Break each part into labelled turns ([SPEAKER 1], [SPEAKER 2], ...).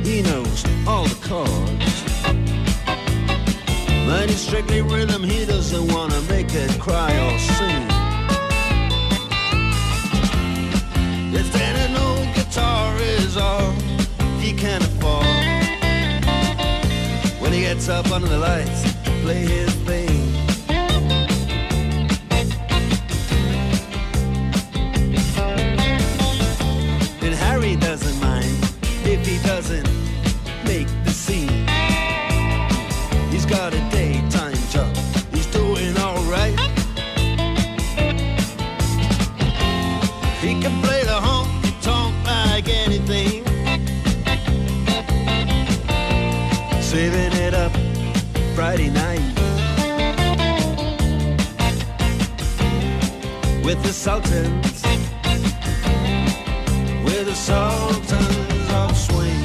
[SPEAKER 1] he knows all the chords. But it's strictly rhythm, he doesn't want to make it cry or sing. If then an old guitar is all he can afford, when he gets up under the lights to play his thing. And Harry doesn't mind if he doesn't make the scene. He's got a daytime job, he's doing alright. He can play the honky-tonk like anything, saving it up Friday night with the Sultans, with the Sultans of Swing.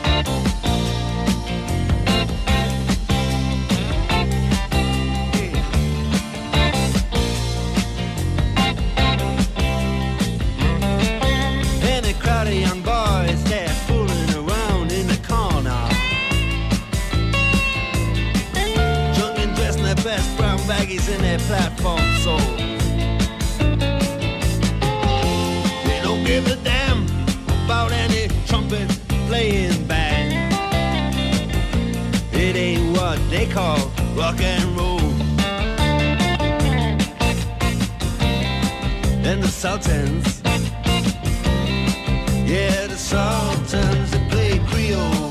[SPEAKER 1] And a crowd of young boys, they're fooling around in the corner, drunk and dressed in their best brown baggies in their platform soles. They don't give a damn about any trumpet playing band. It ain't what they call rock and roll. And the Sultans, yeah, the Sultans, they play Creole.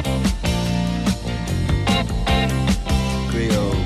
[SPEAKER 1] Creole.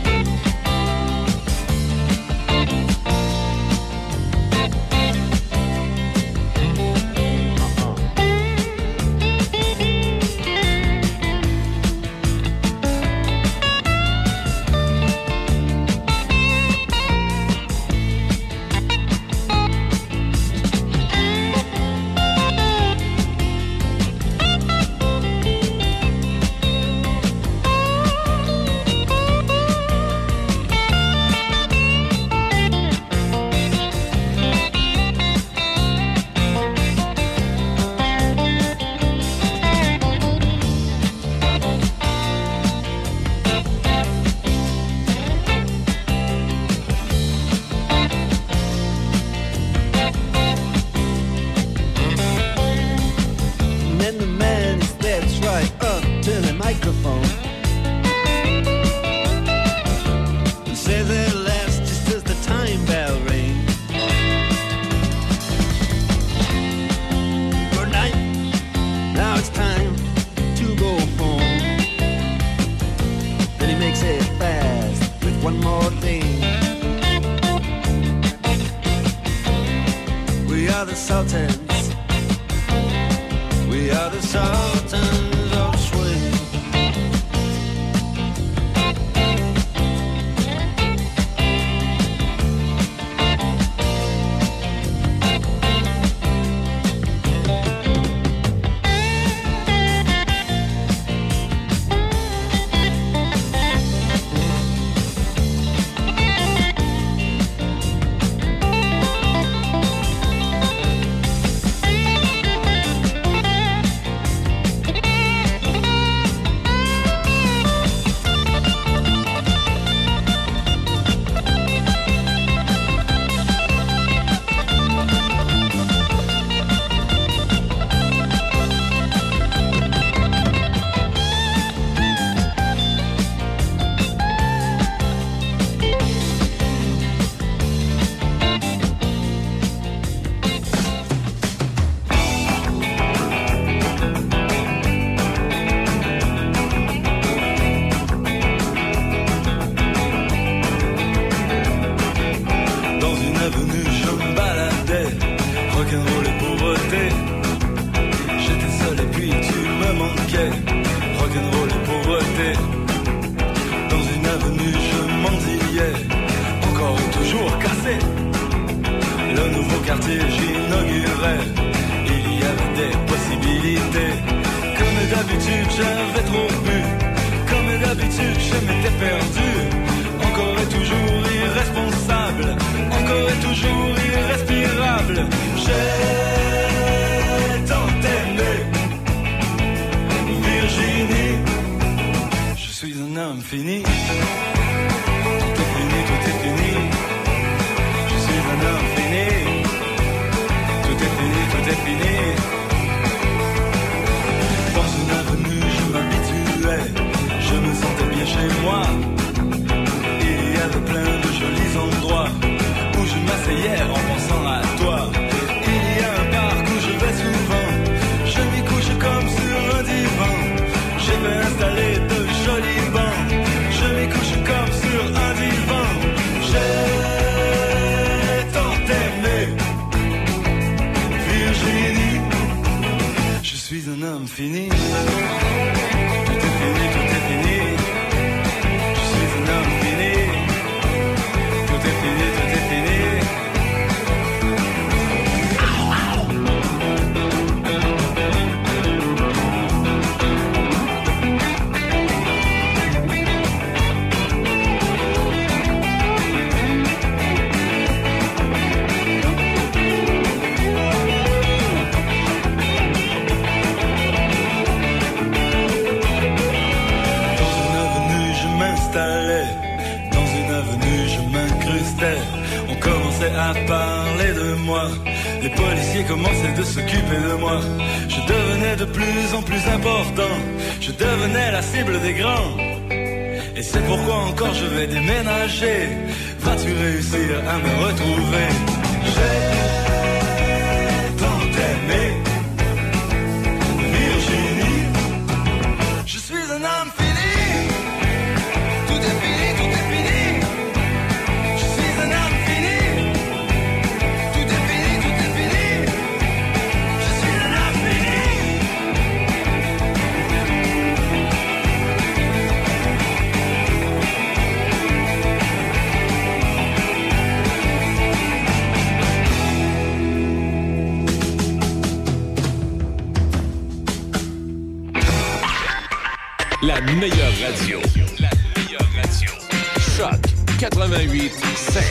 [SPEAKER 2] J'ai tant aimé homme fini. Tout est fini, tout est fini. Je suis un homme fini. Tout est fini, tout est fini. Dans une avenue, je m'habituais. Je me sentais bien chez moi. Il y avait plein de jolis endroits où je m'asseyais en pensant à toi. Il y a un parc où je vais souvent. Je m'y couche comme sur un divan. J'ai fait installer de jolis bancs. Je m'y couche comme sur un divan. J'ai tant aimé Virginie. Je suis un homme fini. Tout est fini, tout est fini. Je suis un homme fini. Tout est fini, tout est fini. Dans une avenue, je m'incrustais. On commençait à parler de moi. Les policiers commençaient de s'occuper de moi. Je devenais de plus en plus important. Je devenais la cible des grands. Et c'est pourquoi encore je vais déménager. Vas-tu réussir à me retrouver? J'ai tant aimé Virginie. Je suis un homme fini.
[SPEAKER 3] La meilleure radio. La meilleure radio. Choc 88.5.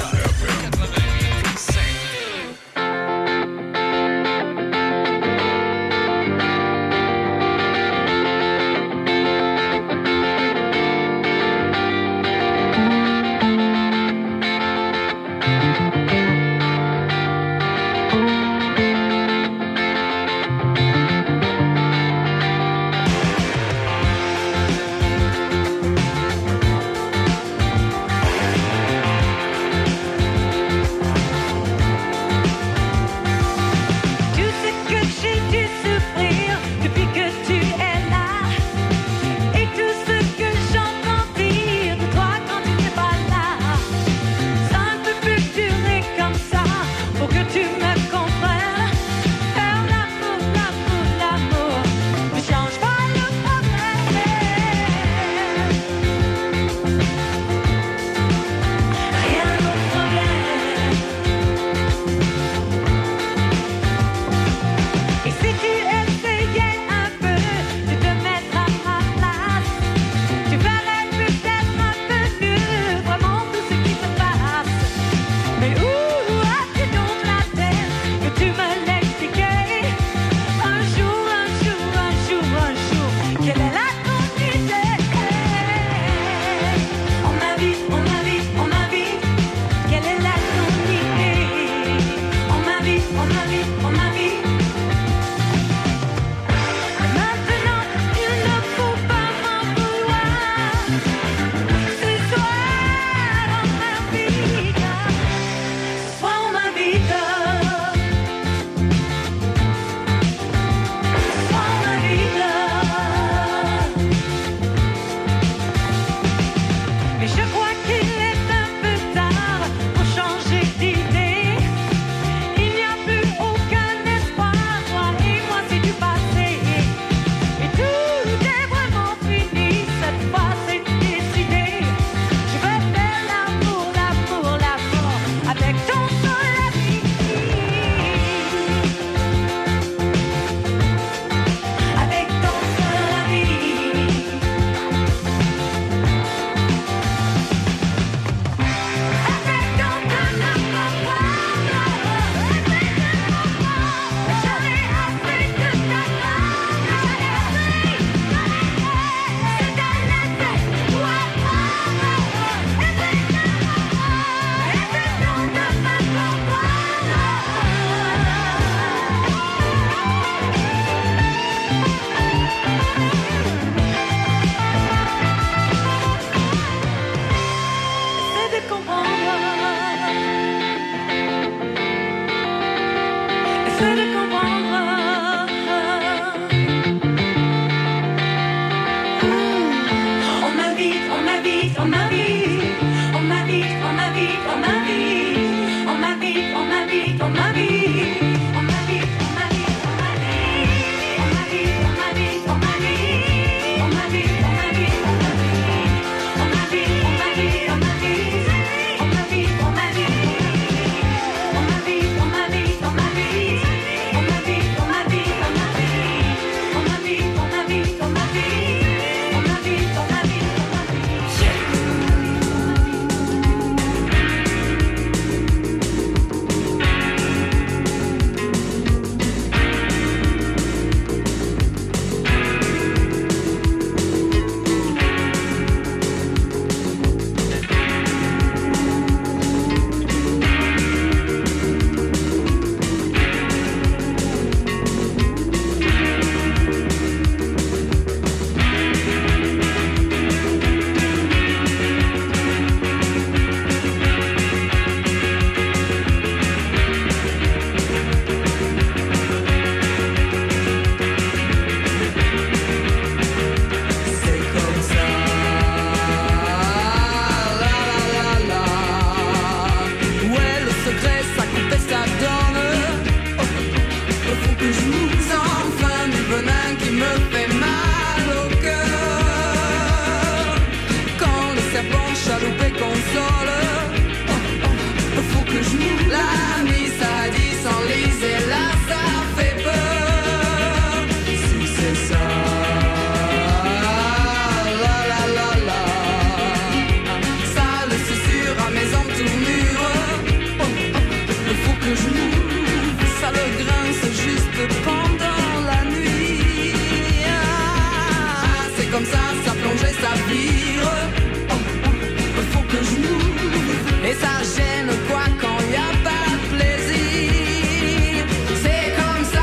[SPEAKER 4] comme ça plongeait, ça vire. Faut que je m'ouvre. Et ça gêne quoi quand y a pas de plaisir. C'est comme ça.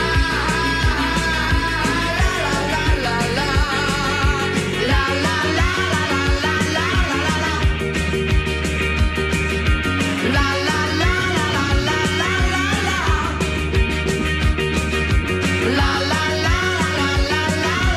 [SPEAKER 4] La la la la la. La la la la la la la la. La la la la la la la la. La la la la la la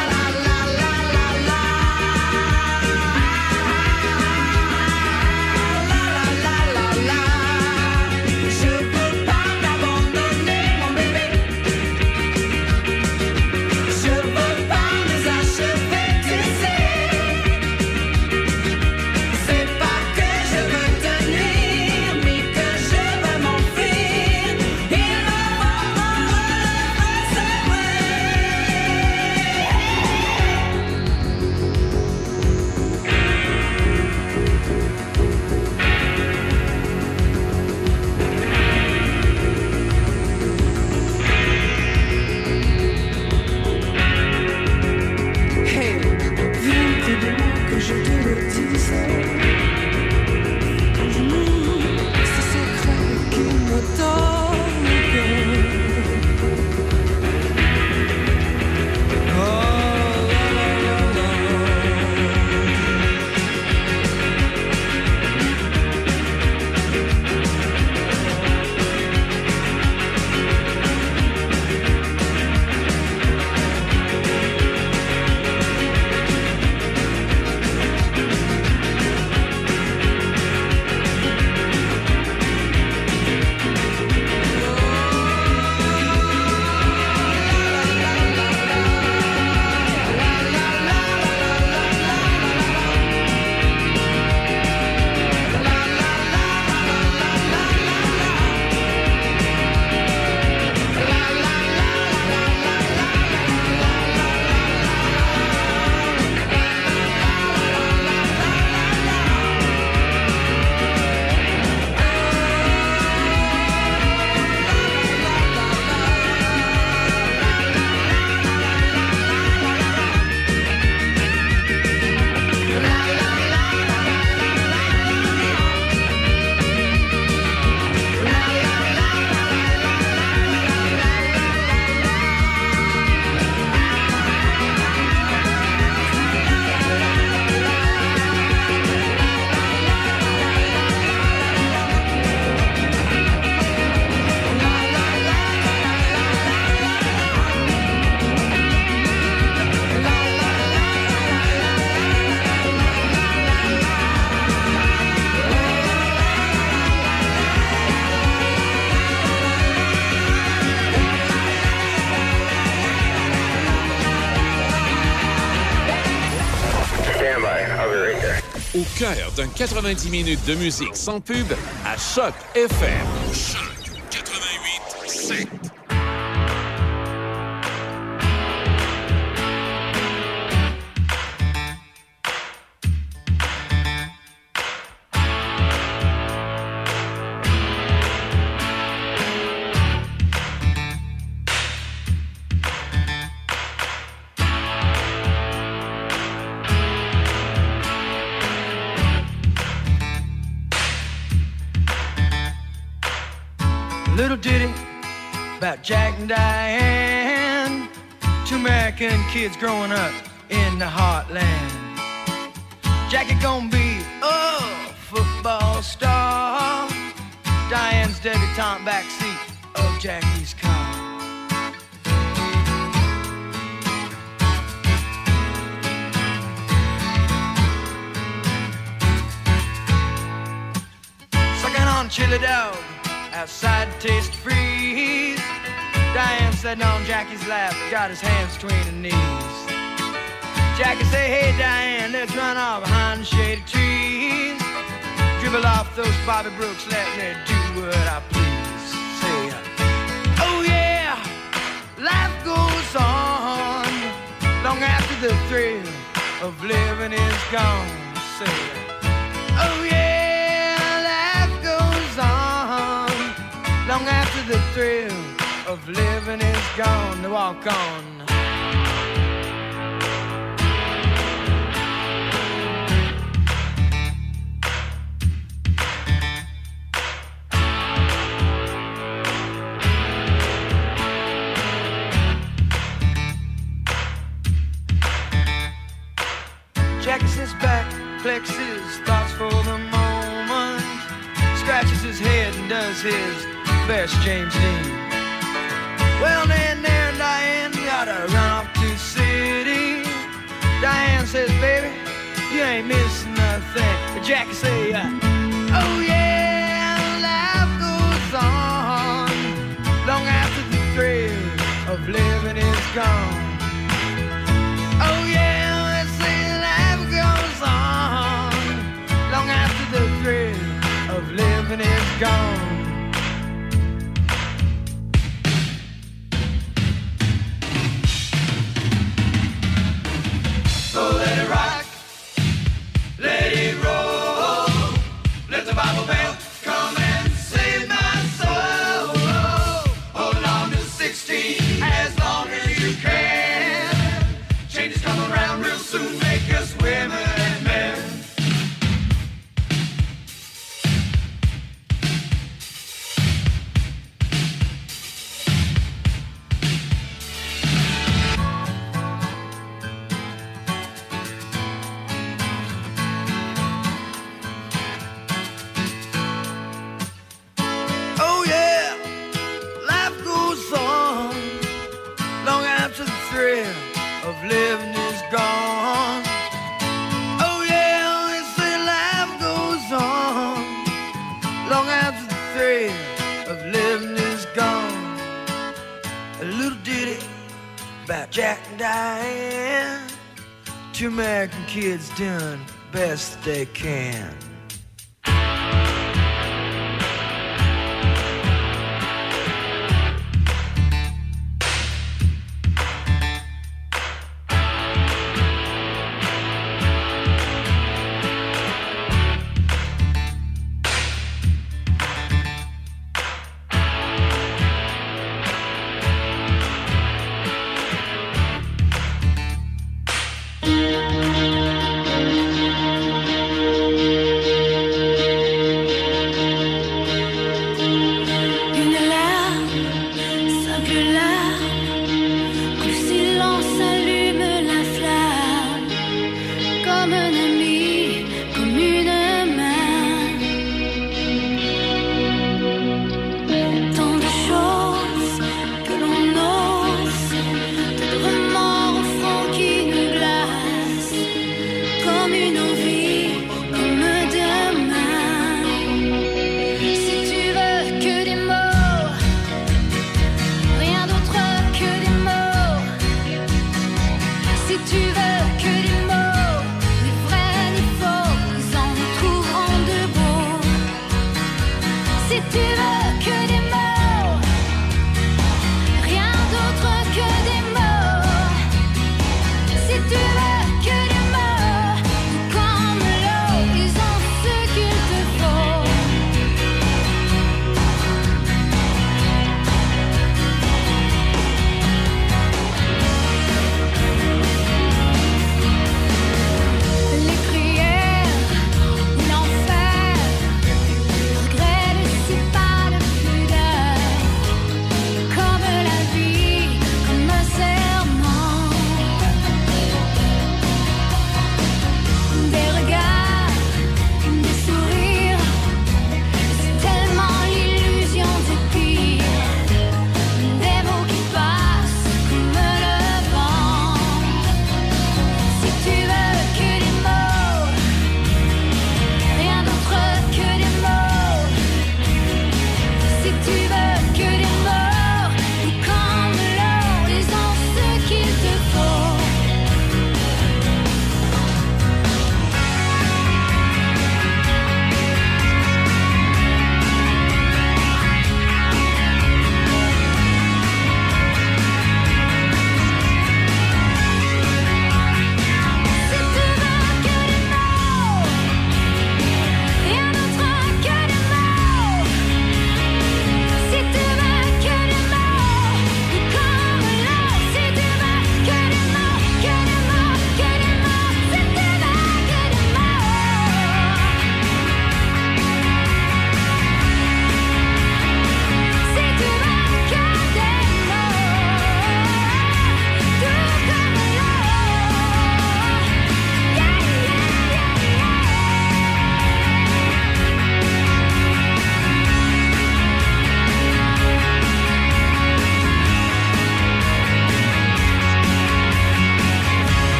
[SPEAKER 3] Au cœur d'un 90 minutes de musique sans pub à Choc FM. Choc 88.7.
[SPEAKER 5] Little ditty about Jack and Diane, two American kids growing up in the heartland. Jackie gonna be a football star, Diane's debutante backseat of Jackie's car. Sucking on chili dog outside to taste freeze. Diane sitting on Jackie's lap, got his hands between her knees. Jackie say, hey Diane, let's run off behind the shady trees. Dribble off those Bobby Brooks, let me do what I please. Say, oh yeah, life goes on long after the thrill of living is gone. Say, oh yeah, long after the thrill of living is gone. To walk on. Jackie sits back, collects his thoughts for the moment, scratches his head and does his best James Dean. Well, then there Diane gotta run off to the city. Diane says, baby, you ain't missing nothing. But Jackie say, oh yeah, life goes on long after the thrill of living is gone. Oh yeah, let's say life goes on long after the thrill of living is gone. So let it rock, let it roll, let the Bible bell come and save my soul. Hold on to 16 as long as you can. Changes come around real soon, make us women and men. Oh yeah, life goes on long after the thrill of living is gone. Oh yeah, they say life goes on long after the thrill of living is gone. A little ditty about Jack and Diane, two American kids doing best they can.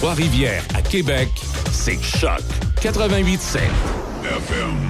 [SPEAKER 3] Trois-Rivières à Québec, c'est Choc 88.7 FM.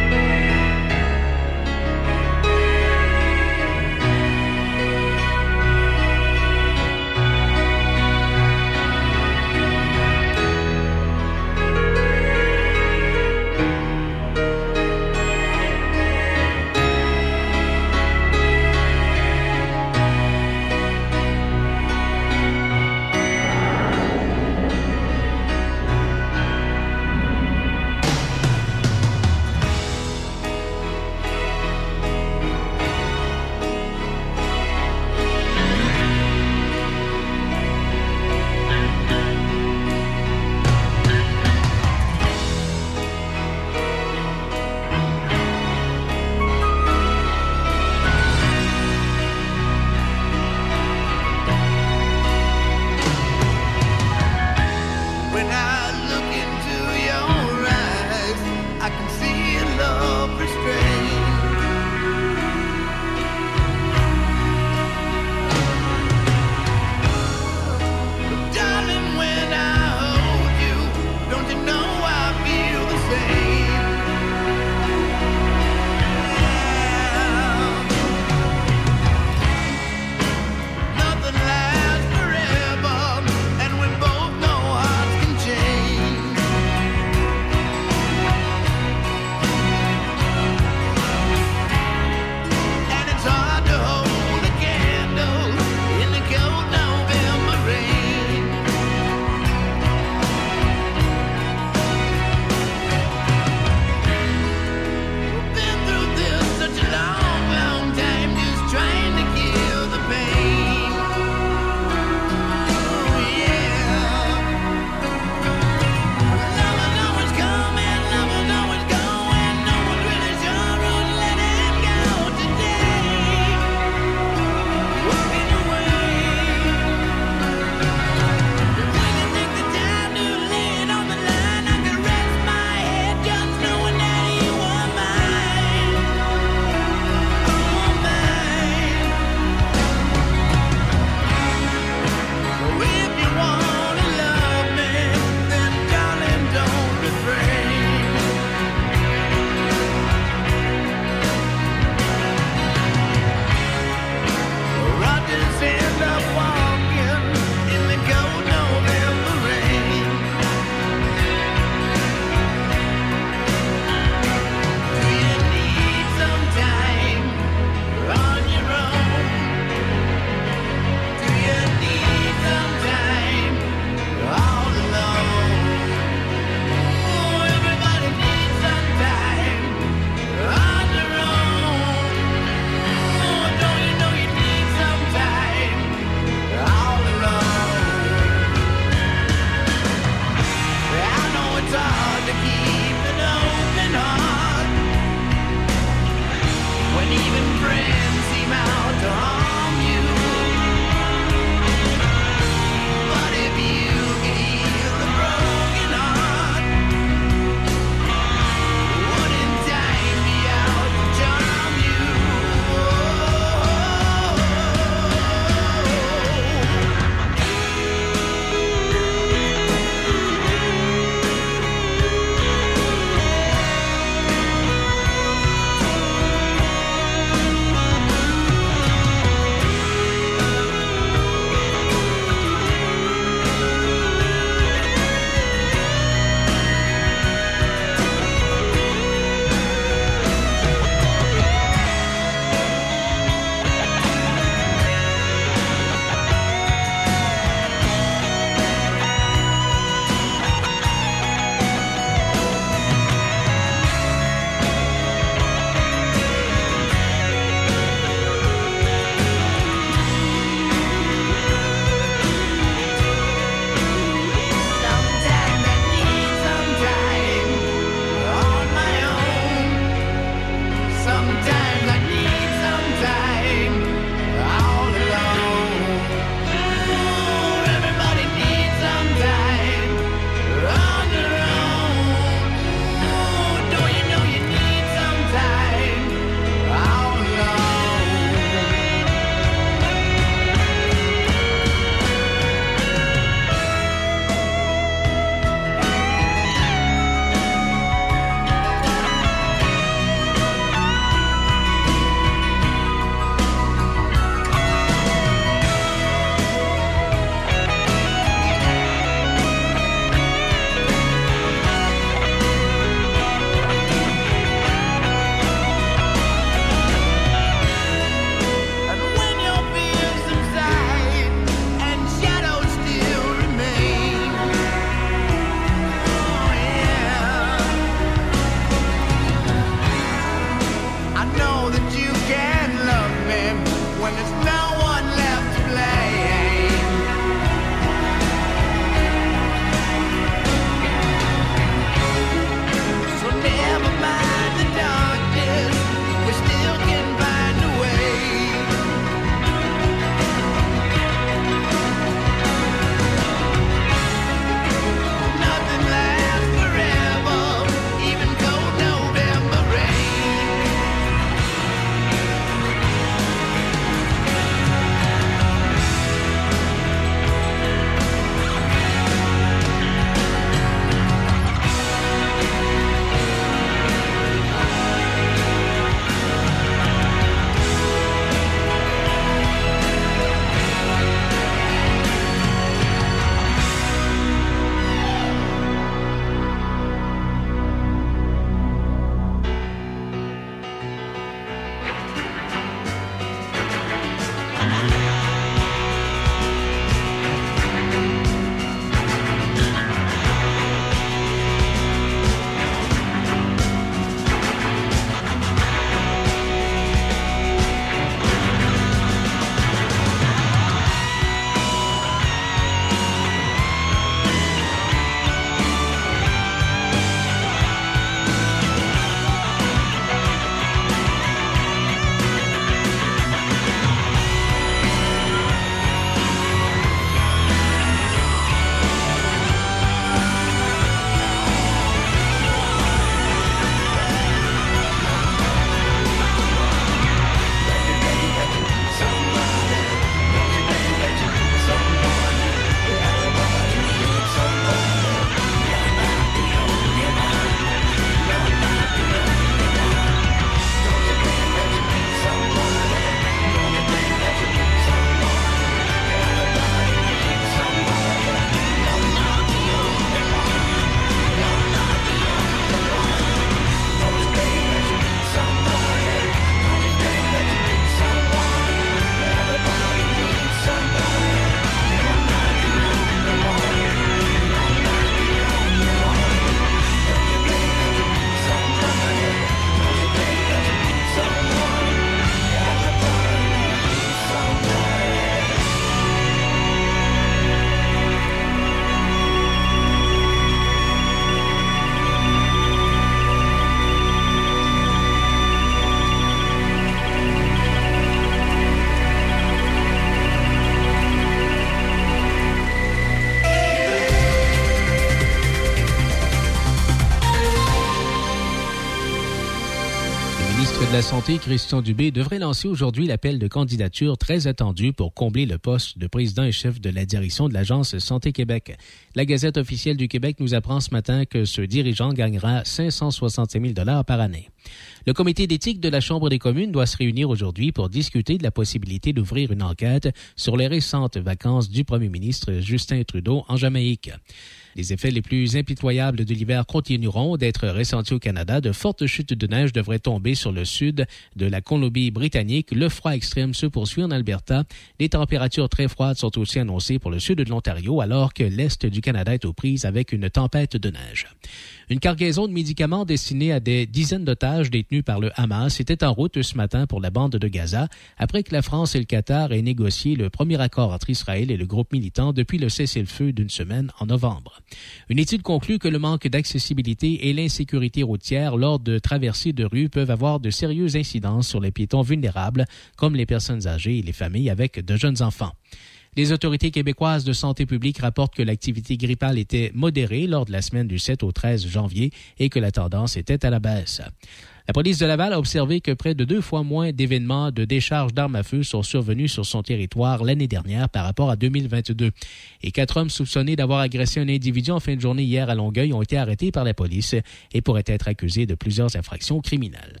[SPEAKER 6] de la Santé, Christian Dubé, devrait lancer aujourd'hui l'appel de candidature très attendu pour combler le poste de président et chef de la direction de l'Agence Santé Québec. La Gazette officielle du Québec nous apprend ce matin que ce dirigeant gagnera 565 000 par année. Le comité d'éthique de la Chambre des communes doit se réunir aujourd'hui pour discuter de la possibilité d'ouvrir une enquête sur les récentes vacances du premier ministre Justin Trudeau en Jamaïque. Les effets les plus impitoyables de l'hiver continueront d'être ressentis au Canada. De fortes chutes de neige devraient tomber sur le sud de la Colombie-Britannique. Le froid extrême se poursuit en Alberta. Les températures très froides sont aussi annoncées pour le sud de l'Ontario, alors que l'est du Canada est aux prises avec une tempête de neige. Une cargaison de médicaments destinée à des dizaines d'otages détenus par le Hamas était en route ce matin pour la bande de Gaza, après que la France et le Qatar aient négocié le premier accord entre Israël et le groupe militant depuis le cessez-le-feu d'une semaine en novembre. Une étude conclut que le manque d'accessibilité et l'insécurité routière lors de traversées de rue peuvent avoir de sérieuses incidences sur les piétons vulnérables, comme les personnes âgées et les familles avec de jeunes enfants. Les autorités québécoises de santé publique rapportent que l'activité grippale était modérée lors de la semaine du 7 au 13 janvier et que la tendance était à la baisse. La police de Laval a observé que près de 2 fois moins d'événements de décharge d'armes à feu sont survenus sur son territoire l'année dernière par rapport à 2022. Et 4 hommes soupçonnés d'avoir agressé un individu en fin de journée hier à Longueuil ont été arrêtés par la police et pourraient être accusés de plusieurs infractions criminelles.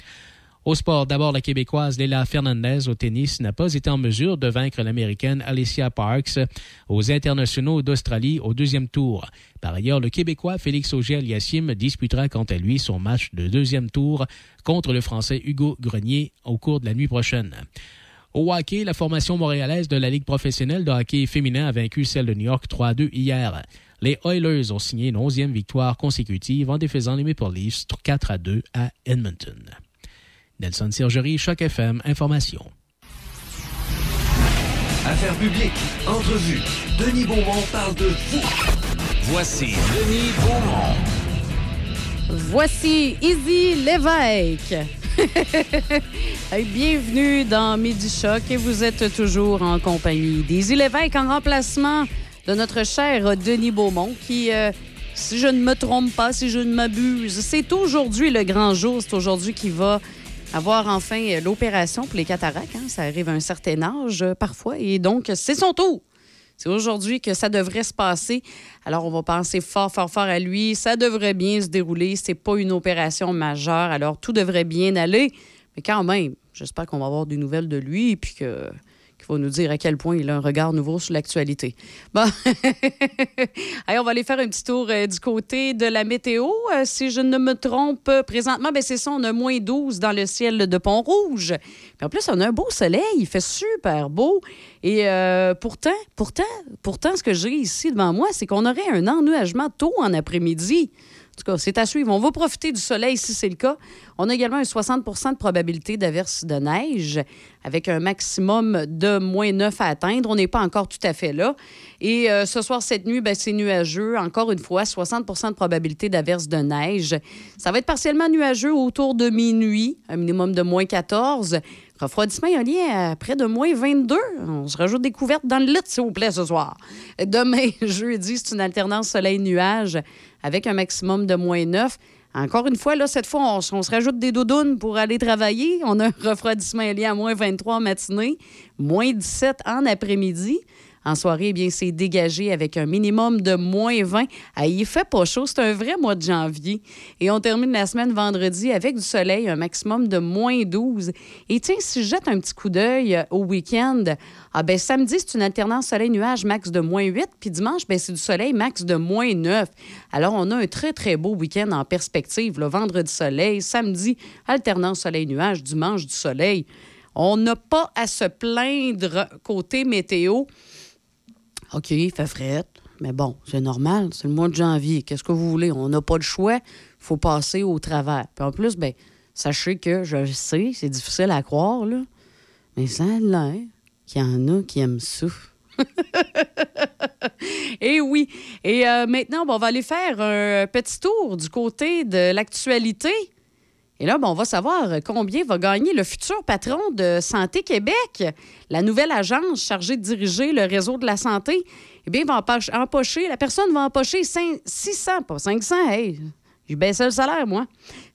[SPEAKER 6] Au sport, d'abord, la Québécoise Léla Fernandez au tennis n'a pas été en mesure de vaincre l'Américaine Alicia Parks aux internationaux d'Australie au deuxième tour. Par ailleurs, le Québécois Félix Auger-Aliassime disputera quant à lui son match de deuxième tour contre le Français Hugo Grenier au cours de la nuit prochaine. Au hockey, la formation montréalaise de la Ligue professionnelle de hockey féminin a vaincu celle de New York 3-2 hier. Les Oilers ont signé une 11e victoire consécutive en défaisant les Maple Leafs 4-2 à Edmonton. Nelson Sergerie, Choc FM, Information.
[SPEAKER 7] Affaires publiques, entrevue. Denis Beaumont parle de vous.
[SPEAKER 3] Voici Denis Beaumont.
[SPEAKER 8] Voici Izzy Lévesque. Bienvenue dans Midi Choc et vous êtes toujours en compagnie d'Izzy Lévesque en remplacement de notre cher Denis Beaumont qui, si je ne me trompe pas, si je ne m'abuse, c'est aujourd'hui le grand jour. C'est aujourd'hui qu'il va avoir enfin l'opération pour les cataractes. Hein? Ça arrive à un certain âge parfois et donc c'est son tour. C'est aujourd'hui que ça devrait se passer. Alors, on va penser fort à lui. Ça devrait bien se dérouler. C'est pas une opération majeure. Alors, tout devrait bien aller. Mais quand même, j'espère qu'on va avoir des nouvelles de lui et puis qu'il va nous dire à quel point il a un regard nouveau sur l'actualité. Bon, allez, on va aller faire un petit tour du côté de la météo. Si je ne me trompe, présentement, c'est ça, on a moins 12 dans le ciel de Pont-Rouge. Puis en plus, on a un beau soleil, il fait super beau. Et pourtant, ce que j'ai ici devant moi, c'est qu'on aurait un ennuagement tôt en après-midi. En tout cas, c'est à suivre. On va profiter du soleil si c'est le cas. On a également un 60 de probabilité d'averse de neige avec un maximum de moins 9 à atteindre. On n'est pas encore tout à fait là. Et ce soir, cette nuit, c'est nuageux. Encore une fois, 60 de probabilité d'averse de neige. Ça va être partiellement nuageux autour de minuit, un minimum de moins 14. Refroidissement iolien à près de moins 22. On se rajoute des couvertes dans le lit, s'il vous plaît, ce soir. Demain, jeudi, c'est une alternance soleil-nuage avec un maximum de moins 9. Encore une fois, là, cette fois, on se rajoute des doudounes pour aller travailler. On a un refroidissement iolien à moins 23 en matinée, moins 17 en après-midi. En soirée, eh bien, c'est dégagé avec un minimum de moins 20. Ah, il fait pas chaud, c'est un vrai mois de janvier. Et on termine la semaine vendredi avec du soleil, un maximum de moins 12. Et tiens, si je jette un petit coup d'œil au week-end, samedi, c'est une alternance soleil-nuage max de moins 8. Puis dimanche, c'est du soleil max de moins 9. Alors, on a un très, très beau week-end en perspective. Le vendredi soleil, samedi, alternance soleil-nuage, dimanche du soleil. On n'a pas à se plaindre côté météo. OK, il fait fret, mais bon, c'est normal, c'est le mois de janvier. Qu'est-ce que vous voulez? On n'a pas le choix, il faut passer au travers. Puis en plus, sachez que, je sais, c'est difficile à croire, là, mais ça a l'air qu'il y en a qui aiment ça. Et oui, et maintenant, on va aller faire un petit tour du côté de l'actualité. Et là, on va savoir combien va gagner le futur patron de Santé Québec. La nouvelle agence chargée de diriger le réseau de la santé, eh bien, la personne va empocher 600, pas 500. Hey, Je baissais le salaire, moi.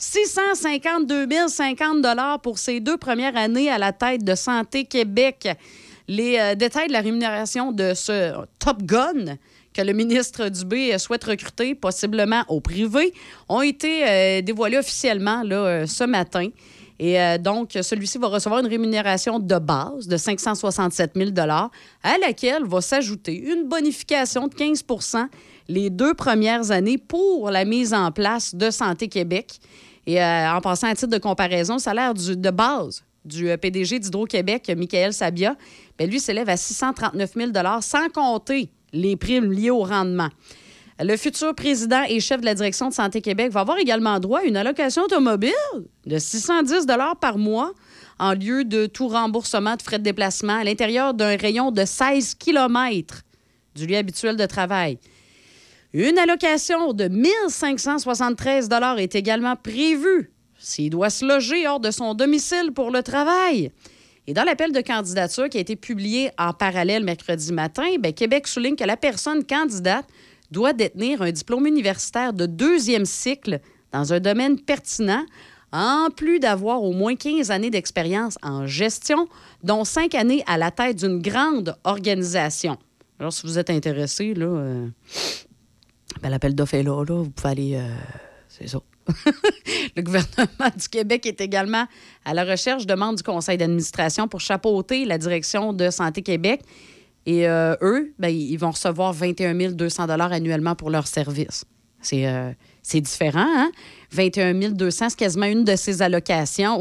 [SPEAKER 8] 652 050 $ pour ses 2 premières années à la tête de Santé Québec. Les détails de la rémunération de ce Top Gun que le ministre Dubé souhaite recruter, possiblement au privé, ont été dévoilés officiellement là, ce matin. Et donc, celui-ci va recevoir une rémunération de base de 567 000 $ à laquelle va s'ajouter une bonification de 15 % les 2 premières années pour la mise en place de Santé Québec. Et en passant à titre de comparaison, le salaire de base du PDG d'Hydro-Québec, Michael Sabia, bien, lui s'élève à 639 000 $ sans compter les primes liées au rendement. Le futur président et chef de la direction de Santé Québec va avoir également droit à une allocation automobile de 610 $ par mois en lieu de tout remboursement de frais de déplacement à l'intérieur d'un rayon de 16 km du lieu habituel de travail. Une allocation de 1 573 $ est également prévue s'il doit se loger hors de son domicile pour le travail. Et dans l'appel de candidature qui a été publié en parallèle mercredi matin, bien, Québec souligne que la personne candidate doit détenir un diplôme universitaire de 2e cycle dans un domaine pertinent, en plus d'avoir au moins 15 années d'expérience en gestion, dont 5 années à la tête d'une grande organisation. Alors, si vous êtes intéressé, là, ben, l'appel d'offres est là, vous pouvez aller... c'est ça. Le gouvernement du Québec est également à la recherche de membres du conseil d'administration pour chapeauter la direction de Santé Québec. Et eux, ben, ils vont recevoir 21 200 $ annuellement pour leur service. C'est différent, hein? 21 200, c'est quasiment une de ses allocations.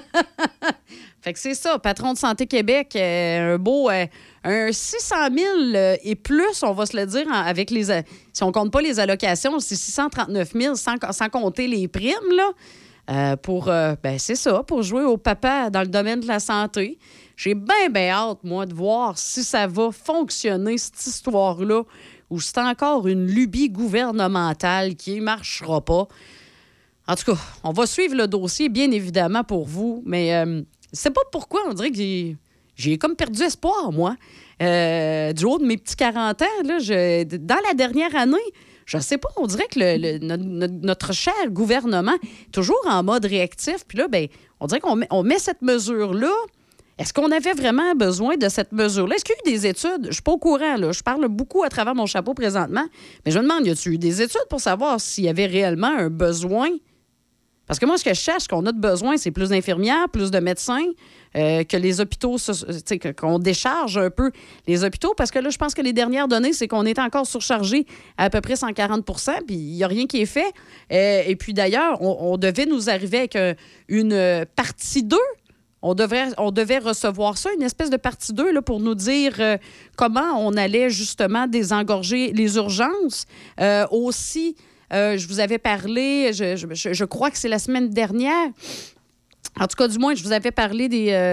[SPEAKER 8] Fait que c'est ça, patron de Santé Québec, un beau... un 600 000 et plus, on va se le dire, avec les... si on ne compte pas les allocations, c'est 639 000 sans compter les primes, là, ben c'est ça, pour jouer au papa dans le domaine de la santé. J'ai bien hâte, moi, de voir si ça va fonctionner, cette histoire-là, ou c'est encore une lubie gouvernementale qui ne marchera pas. En tout cas, on va suivre le dossier, bien évidemment, pour vous, mais c'est pas pourquoi on dirait que j'ai comme perdu espoir, moi. Du haut de mes petits 40 ans, là, dans la dernière année, je sais pas, on dirait que notre cher gouvernement est toujours en mode réactif. Puis là, ben, on dirait qu'on met cette mesure-là. Est-ce qu'on avait vraiment besoin de cette mesure-là? Est-ce qu'il y a eu des études? Je ne suis pas au courant, là. Je parle beaucoup à travers mon chapeau présentement. Mais je me demande, y a-t-il eu des études pour savoir s'il y avait réellement un besoin? Parce que moi, ce que je cherche, ce qu'on a de besoin, c'est plus d'infirmières, plus de médecins, que les hôpitaux, qu'on décharge un peu les hôpitaux. Parce que là, je pense que les dernières données, c'est qu'on est encore surchargé à peu près 140 %, puis il n'y a rien qui est fait. Et puis d'ailleurs, on devait nous arriver avec une partie 2. On devait recevoir ça, une espèce de partie 2 là, pour nous dire comment on allait justement désengorger les urgences. Aussi, je vous avais parlé, je crois que c'est la semaine dernière, en tout cas du moins, je vous avais parlé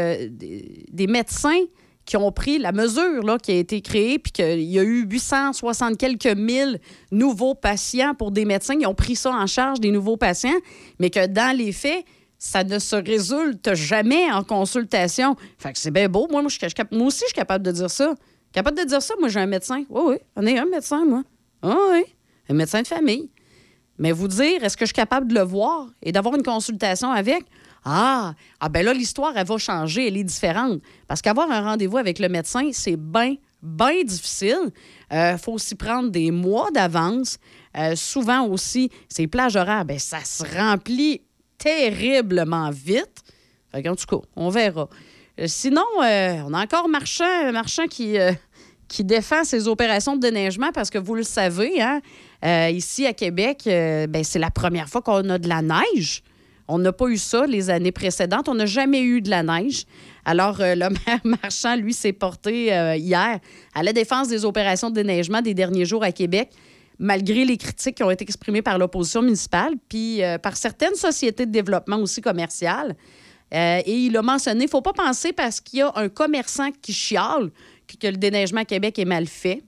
[SPEAKER 8] des médecins qui ont pris la mesure là, qui a été créée, puis qu'il y a eu 860 quelques mille nouveaux patients pour des médecins. Ils ont pris ça en charge, des nouveaux patients, mais que dans les faits, ça ne se résulte jamais en consultation. Fait que c'est bien beau. Moi aussi, je suis capable de dire ça. Capable de dire ça, moi, j'ai un médecin. Oui, on est un médecin, moi. Oui, un médecin de famille. Mais vous dire, est-ce que je suis capable de le voir et d'avoir une consultation avec? Ah, ben là, l'histoire, elle va changer, elle est différente. Parce qu'avoir un rendez-vous avec le médecin, c'est bien difficile. Faut s'y prendre des mois d'avance. Souvent aussi, ces plages horaires, ben ça se remplit terriblement vite. Fait en tout cas, on verra. Sinon, on a encore Marchand qui défend ses opérations de déneigement parce que vous le savez, hein, ici à Québec, ben, c'est la première fois qu'on a de la neige. On n'a pas eu ça les années précédentes. On n'a jamais eu de la neige. Alors, le maire Marchand, lui, s'est porté hier à la défense des opérations de déneigement des derniers jours à Québec, malgré les critiques qui ont été exprimées par l'opposition municipale, puis par certaines sociétés de développement aussi commerciales. Et il a mentionné, il ne faut pas penser parce qu'il y a un commerçant qui chiale que le déneigement à Québec est mal fait.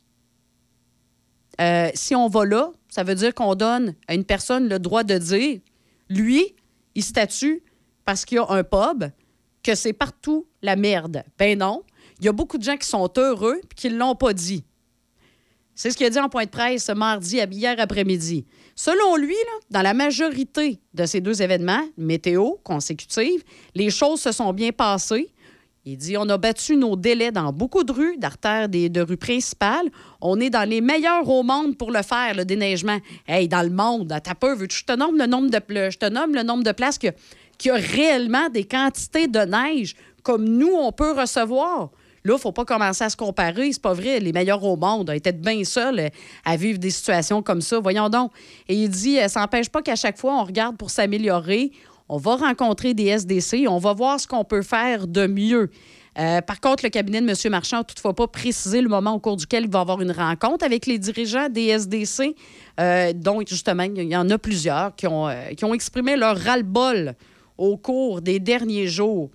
[SPEAKER 8] Si on va là, ça veut dire qu'on donne à une personne le droit de dire, lui, il statue parce qu'il y a un pub, que c'est partout la merde. Ben non, il y a beaucoup de gens qui sont heureux et qui ne l'ont pas dit. C'est ce qu'il a dit en point de presse hier après-midi. Selon lui, là, dans la majorité de ces 2 événements, météo consécutifs, les choses se sont bien passées. Il dit, on a battu nos délais dans beaucoup de rues, d'artères de rues principales. On est dans les meilleurs au monde pour le faire, le déneigement. Hey, dans le monde, t'as peur, veux-tu je te nomme le nombre de places qu'il y a réellement des quantités de neige comme nous, on peut recevoir. Là, il ne faut pas commencer à se comparer. C'est pas vrai. Les meilleurs au monde ont été bien seuls à vivre des situations comme ça. Voyons donc. Et il dit, ça n'empêche pas qu'à chaque fois, on regarde pour s'améliorer. On va rencontrer des SDC. On va voir ce qu'on peut faire de mieux. Par contre, le cabinet de M. Marchand n'a toutefois pas précisé le moment au cours duquel il va y avoir une rencontre avec les dirigeants des SDC. Donc, justement, il y en a plusieurs qui ont exprimé leur ras-le-bol au cours des derniers jours.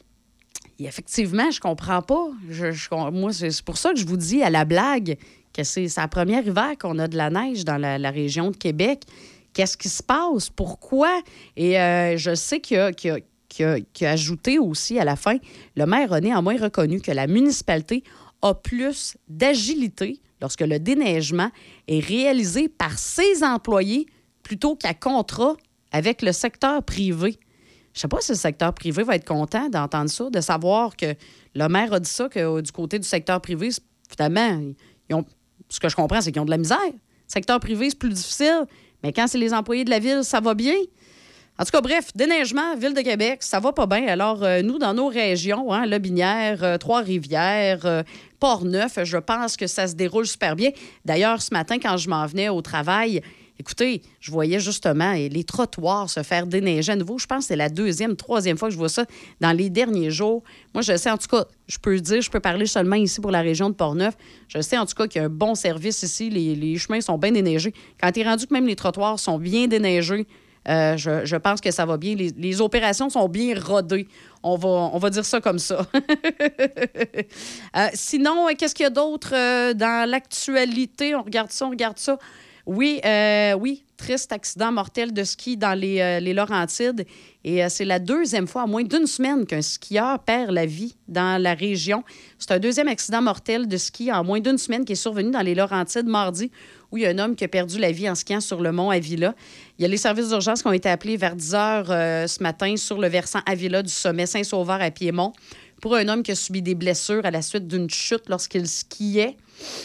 [SPEAKER 8] Et effectivement, je comprends pas. Moi, c'est pour ça que je vous dis à la blague que c'est la première hiver qu'on a de la neige dans la région de Québec. Qu'est-ce qui se passe? Pourquoi? Et je sais qu'il a ajouté aussi à la fin, le maire a néanmoins reconnu que la municipalité a plus d'agilité lorsque le déneigement est réalisé par ses employés plutôt qu'à contrat avec le secteur privé. Je ne sais pas si le secteur privé va être content d'entendre ça, de savoir que le maire a dit ça, que du côté du secteur privé, finalement, ce que je comprends, c'est qu'ils ont de la misère. Le secteur privé, c'est plus difficile, mais quand c'est les employés de la ville, ça va bien. En tout cas, bref, déneigement, Ville de Québec, ça va pas bien. Alors, nous, dans nos régions, Lobinière, Trois-Rivières, Port-Neuf, je pense que ça se déroule super bien. D'ailleurs, ce matin, quand je m'en venais au travail, écoutez, je voyais justement les trottoirs se faire déneiger à nouveau. Je pense que c'est la 2e, 3e fois que je vois ça dans les derniers jours. Moi, je sais, en tout cas, je peux parler seulement ici pour la région de Port-Neuf. Je sais, en tout cas, qu'il y a un bon service ici. Les chemins sont bien déneigés. Quand il est rendu que même les trottoirs sont bien déneigés, je pense que ça va bien. Les opérations sont bien rodées. On va dire ça comme ça. Sinon, qu'est-ce qu'il y a d'autre dans l'actualité? On regarde ça. Oui, triste accident mortel de ski dans les Laurentides. Et c'est la 2e fois en moins d'une semaine qu'un skieur perd la vie dans la région. C'est un 2e accident mortel de ski en moins d'une semaine qui est survenu dans les Laurentides mardi, où il y a un homme qui a perdu la vie en skiant sur le mont Avila. Il y a les services d'urgence qui ont été appelés vers 10 heures ce matin sur le versant Avila du sommet Saint-Sauveur à Piémont pour un homme qui a subi des blessures à la suite d'une chute lorsqu'il skiait.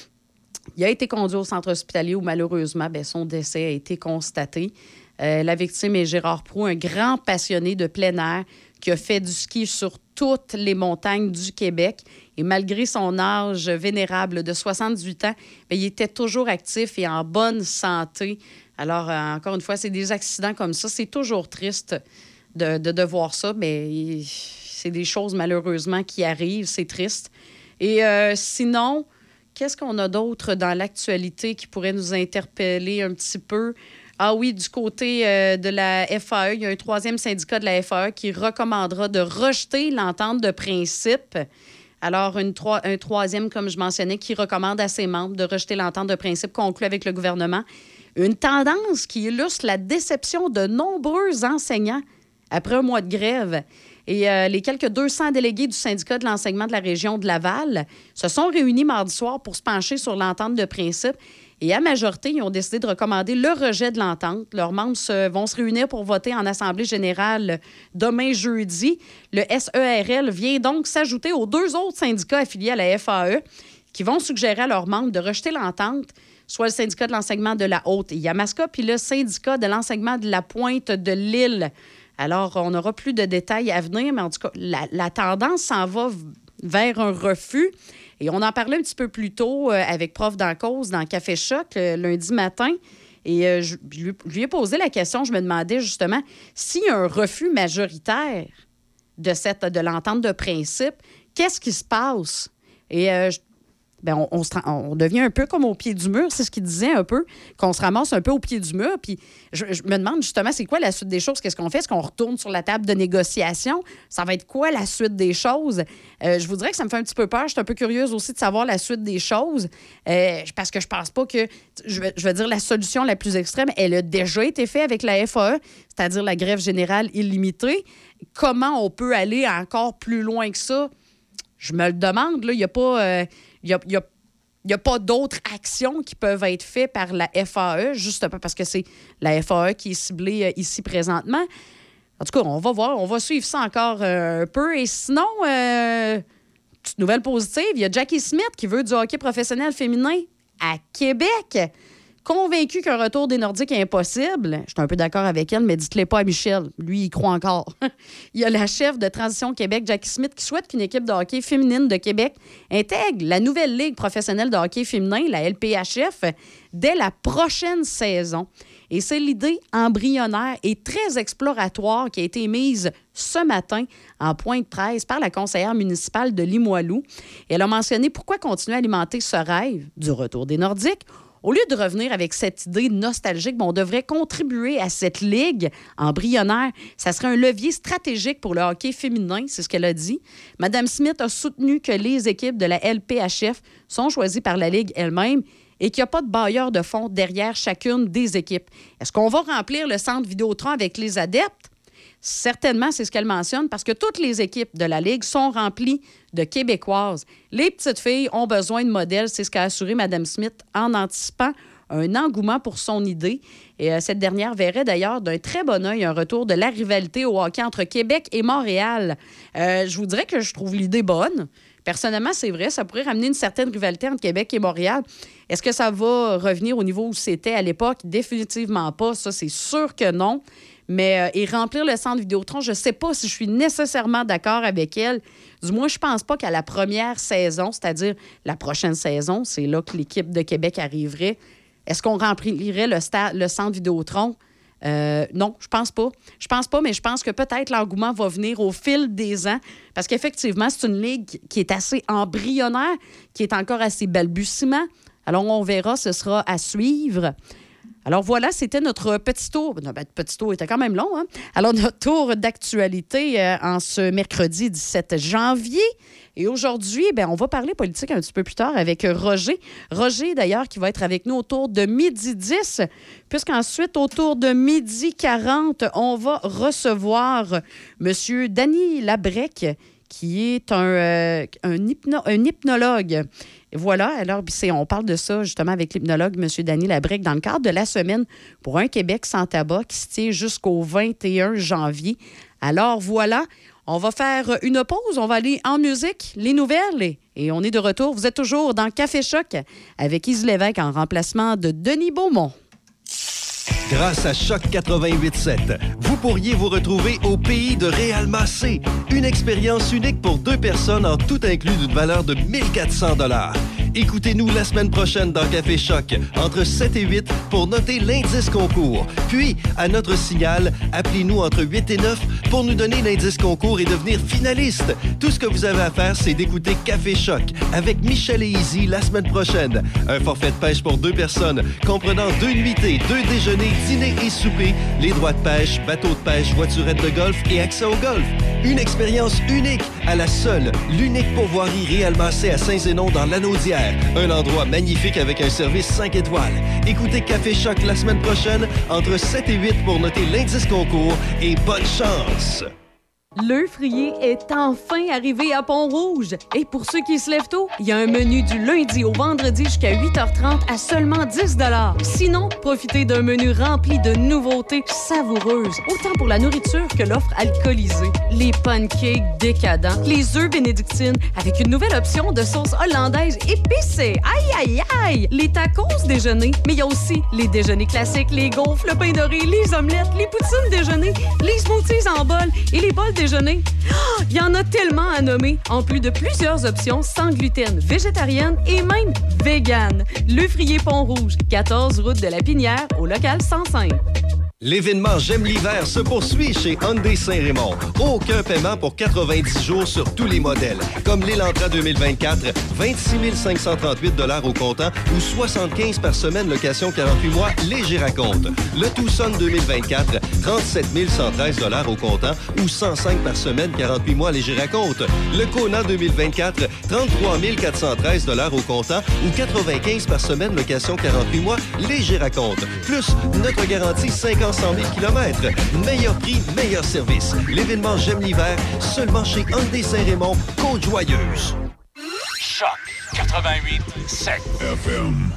[SPEAKER 8] Il a été conduit au centre hospitalier où, malheureusement, son décès a été constaté. La victime est Gérard Proulx, un grand passionné de plein air qui a fait du ski sur toutes les montagnes du Québec. Et malgré son âge vénérable de 78 ans, il était toujours actif et en bonne santé. Alors, encore une fois, c'est des accidents comme ça. C'est toujours triste de voir ça, mais c'est des choses, malheureusement, qui arrivent. C'est triste. Et sinon... Qu'est-ce qu'on a d'autre dans l'actualité qui pourrait nous interpeller un petit peu? Ah oui, du côté de la FAE, il y a un 3e syndicat de la FAE qui recommandera de rejeter l'entente de principe. Alors, un 3e, comme je mentionnais, qui recommande à ses membres de rejeter l'entente de principe conclue avec le gouvernement. Une tendance qui illustre la déception de nombreux enseignants après un mois de grève. Et les quelques 200 délégués du syndicat de l'enseignement de la région de Laval se sont réunis mardi soir pour se pencher sur l'entente de principe. Et à majorité, ils ont décidé de recommander le rejet de l'entente. Leurs membres vont se réunir pour voter en Assemblée générale demain jeudi. Le SERL vient donc s'ajouter aux 2 autres syndicats affiliés à la FAE qui vont suggérer à leurs membres de rejeter l'entente, soit le syndicat de l'enseignement de la Haute-Yamaska puis le syndicat de l'enseignement de la Pointe de l'Île. Alors, on n'aura plus de détails à venir, mais en tout cas, la tendance s'en va vers un refus. Et on en parlait un petit peu plus tôt avec Prof d'en cause dans Café Choc lundi matin. Et je lui ai posé la question, je me demandais justement s'il y a un refus majoritaire de l'entente de principe, qu'est-ce qui se passe? Et on devient un peu comme au pied du mur, c'est ce qu'il disait un peu, qu'on se ramasse un peu au pied du mur. Puis je me demande justement, c'est quoi la suite des choses? Qu'est-ce qu'on fait? Est-ce qu'on retourne sur la table de négociation? Ça va être quoi la suite des choses? Je vous dirais que ça me fait un petit peu peur. Je suis un peu curieuse aussi de savoir la suite des choses parce que je pense pas que, je veux dire, la solution la plus extrême, elle a déjà été faite avec la FAE, c'est-à-dire la grève générale illimitée. Comment on peut aller encore plus loin que ça? Je me le demande. Là, il n'y n'y a pas d'autres actions qui peuvent être faites par la FAE, justement parce que c'est la FAE qui est ciblée ici présentement. En tout cas, on va voir, on va suivre ça encore un peu. Et sinon, petite nouvelle positive, il y a Jackie Smith qui veut du hockey professionnel féminin à Québec. Convaincu qu'un retour des Nordiques est impossible, je suis un peu d'accord avec elle, mais dites-le pas à Michel. Lui, il croit encore. Il y a la chef de Transition Québec, Jackie Smith, qui souhaite qu'une équipe de hockey féminine de Québec intègre la nouvelle Ligue professionnelle de hockey féminin, la LPHF, dès la prochaine saison. Et c'est l'idée embryonnaire et très exploratoire qui a été mise ce matin en point de presse par la conseillère municipale de Limoilou. Et elle a mentionné pourquoi continuer à alimenter ce rêve du retour des Nordiques. Au lieu de revenir avec cette idée nostalgique, on devrait contribuer à cette ligue embryonnaire. Ça serait un levier stratégique pour le hockey féminin, c'est ce qu'elle a dit. Mme Smith a soutenu que les équipes de la LPHF sont choisies par la ligue elle-même et qu'il n'y a pas de bailleur de fonds derrière chacune des équipes. Est-ce qu'on va remplir le centre Vidéotron avec les adeptes? Certainement, c'est ce qu'elle mentionne, parce que toutes les équipes de la Ligue sont remplies de Québécoises. Les petites filles ont besoin de modèles, c'est ce qu'a assuré Mme Smith en anticipant un engouement pour son idée. Et cette dernière verrait d'ailleurs d'un très bon œil un retour de la rivalité au hockey entre Québec et Montréal. Je vous dirais que je trouve l'idée bonne. Personnellement, c'est vrai, ça pourrait ramener une certaine rivalité entre Québec et Montréal. Est-ce que ça va revenir au niveau où c'était à l'époque? Définitivement pas. Ça, c'est sûr que non. Mais et remplir le centre Vidéotron, je ne sais pas si je suis nécessairement d'accord avec elle. Du moins, je ne pense pas qu'à la première saison, c'est-à-dire la prochaine saison, c'est là que l'équipe de Québec arriverait. Est-ce qu'on remplirait le centre Vidéotron? Non, je pense pas. Je pense pas, mais je pense que peut-être l'engouement va venir au fil des ans parce qu'effectivement, c'est une ligue qui est assez embryonnaire, qui est encore assez balbutiement. Alors, on verra, ce sera à suivre. Alors voilà, c'était notre petit tour. Non, ben, petit tour était quand même long, hein? Alors, notre tour d'actualité en ce mercredi 17 janvier. Et aujourd'hui, ben, on va parler politique un petit peu plus tard avec Roger. Roger, d'ailleurs, qui va être avec nous autour de 12h10, puisqu'ensuite, autour de 12h40, on va recevoir M. Danny Labrec, qui est un hypnologue. Voilà, alors on parle de ça justement avec l'hypnologue M. Danny Labrec dans le cadre de la semaine pour un Québec sans tabac qui se tient jusqu'au 21 janvier. Alors voilà, on va faire une pause, on va aller en musique, les nouvelles et on est de retour. Vous êtes toujours dans Café Choc avec Yves Lévesque en remplacement de Denis Beaumont.
[SPEAKER 7] Grâce à Choc 88.7, vous pourriez vous retrouver au pays de Réal Massé. Une expérience unique pour 2 personnes en tout inclus d'une valeur de 1400 $. Écoutez-nous la semaine prochaine dans Café Choc, entre 7 et 8, pour noter l'indice concours. Puis, à notre signal, appelez-nous entre 8 et 9 pour nous donner l'indice concours et devenir finaliste. Tout ce que vous avez à faire, c'est d'écouter Café Choc avec Michel et Izzy la semaine prochaine. Un forfait de pêche pour 2 personnes, comprenant 2 nuitées, 2 déjeuners, dîner et souper, les droits de pêche, bateaux de pêche, voiturettes de golf et accès au golf. Une expérience unique à la seule, l'unique pourvoirie Réal Massé à Saint-Zénon dans l'Anaudière. Un endroit magnifique avec un service 5 étoiles. Écoutez Café Choc la semaine prochaine entre 7 et 8 pour noter l'indice concours et bonne chance!
[SPEAKER 8] Le Frier est enfin arrivé à Pont-Rouge. Et pour ceux qui se lèvent tôt, il y a un menu du lundi au vendredi jusqu'à 8h30 à seulement 10 $. Sinon, profitez d'un menu rempli de nouveautés savoureuses, autant pour la nourriture que l'offre alcoolisée. Les pancakes décadents, les œufs bénédictines avec une nouvelle option de sauce hollandaise épicée. Aïe, aïe, aïe! Les tacos déjeuner, mais il y a aussi les déjeuners classiques, les gaufres, le pain doré, les omelettes, les poutines déjeuner, les smoothies en bol et les bols déjeuner. Il y en a tellement à nommer, en plus de plusieurs options sans gluten, végétarienne et même végane. Le Frier Pont-Rouge, 14 route de la Pinière, au local 105.
[SPEAKER 7] L'événement J'aime l'hiver se poursuit chez Hyundai Saint-Raymond. Aucun paiement pour 90 jours sur tous les modèles. Comme l'Elantra 2024, 26 538 $ au comptant ou 75 par semaine location 48 mois léger raconte. Le Tucson 2024, 37 113 $ au comptant ou 105 par semaine 48 mois léger raconte. Le Kona 2024, 33 413 $ au comptant ou 95 par semaine location 48 mois léger raconte. Plus notre garantie 50 100 000 km. Meilleur prix, meilleur service. L'événement J'aime l'hiver, seulement chez Hyundai Saint-Raymond, Côte-Joyeuse.
[SPEAKER 9] Choc 88.7.
[SPEAKER 3] 88.7 FM.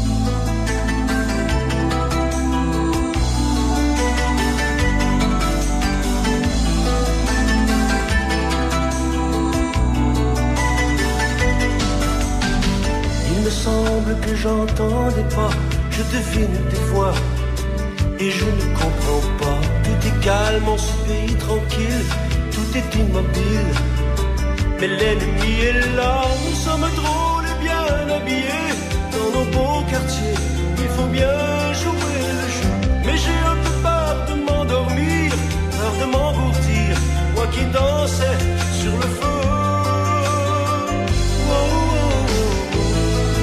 [SPEAKER 9] Il me semble que j'entendais pas, je devine des voix et je ne comprends pas. Tout est calme en ce pays tranquille, tout est immobile. Mais l'ennemi est là, nous sommes drôles et bien habillés. Dans nos beaux quartiers, il faut bien jouer le jeu. Mais j'ai un peu peur de m'endormir, peur de m'engourdir, moi qui dansais sur le feu. Oh, oh, oh, oh.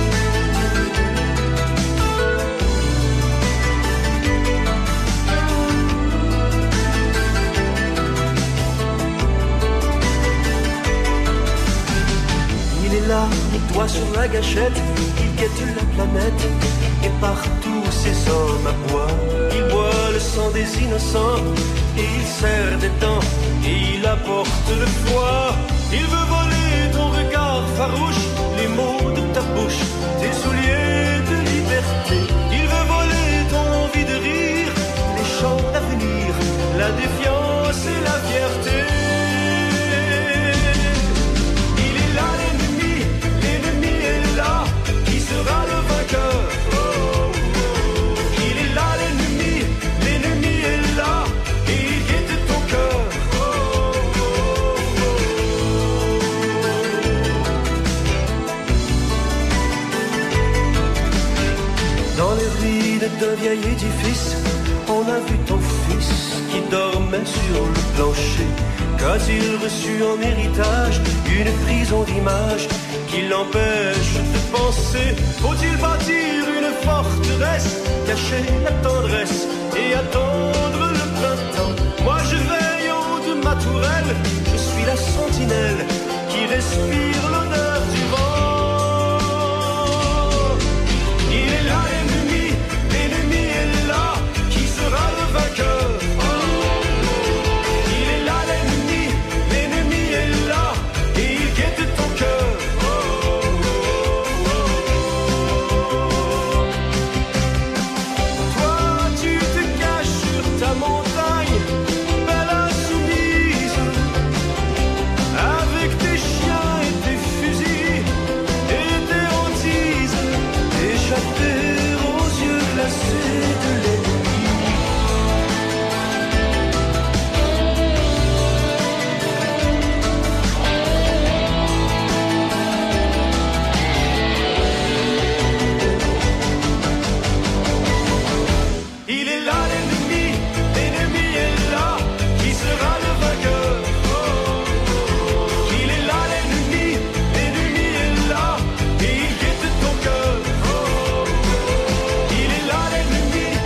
[SPEAKER 9] Il est là, les doigts sur la gâchette, il guette la planète, et partout ces hommes aboient. Il boit le sang des innocents, et il serre des dents, et il apporte le froid. Il veut voler ton regard farouche, les mots de ta bouche, tes souliers de liberté. Il veut voler ton envie de rire, les chants d'avenir, la défiance et la fierté. Qui sera le vainqueur? Oh, oh, oh. Il est là l'ennemi est là, et il guette ton cœur. Oh, oh, oh. Dans les ruines d'un vieil édifice, on a vu ton fils qui dormait sur le plancher. Qu'a-t-il reçu en héritage? Une prison d'images qui l'empêche de penser. Faut-il bâtir une forteresse, cacher la tendresse et attendre le printemps? Moi je veille en haut de ma tourelle, je suis la sentinelle qui respire l'odeur du vent. Il est là l'ennemi est là, qui sera le vainqueur? L'ennemi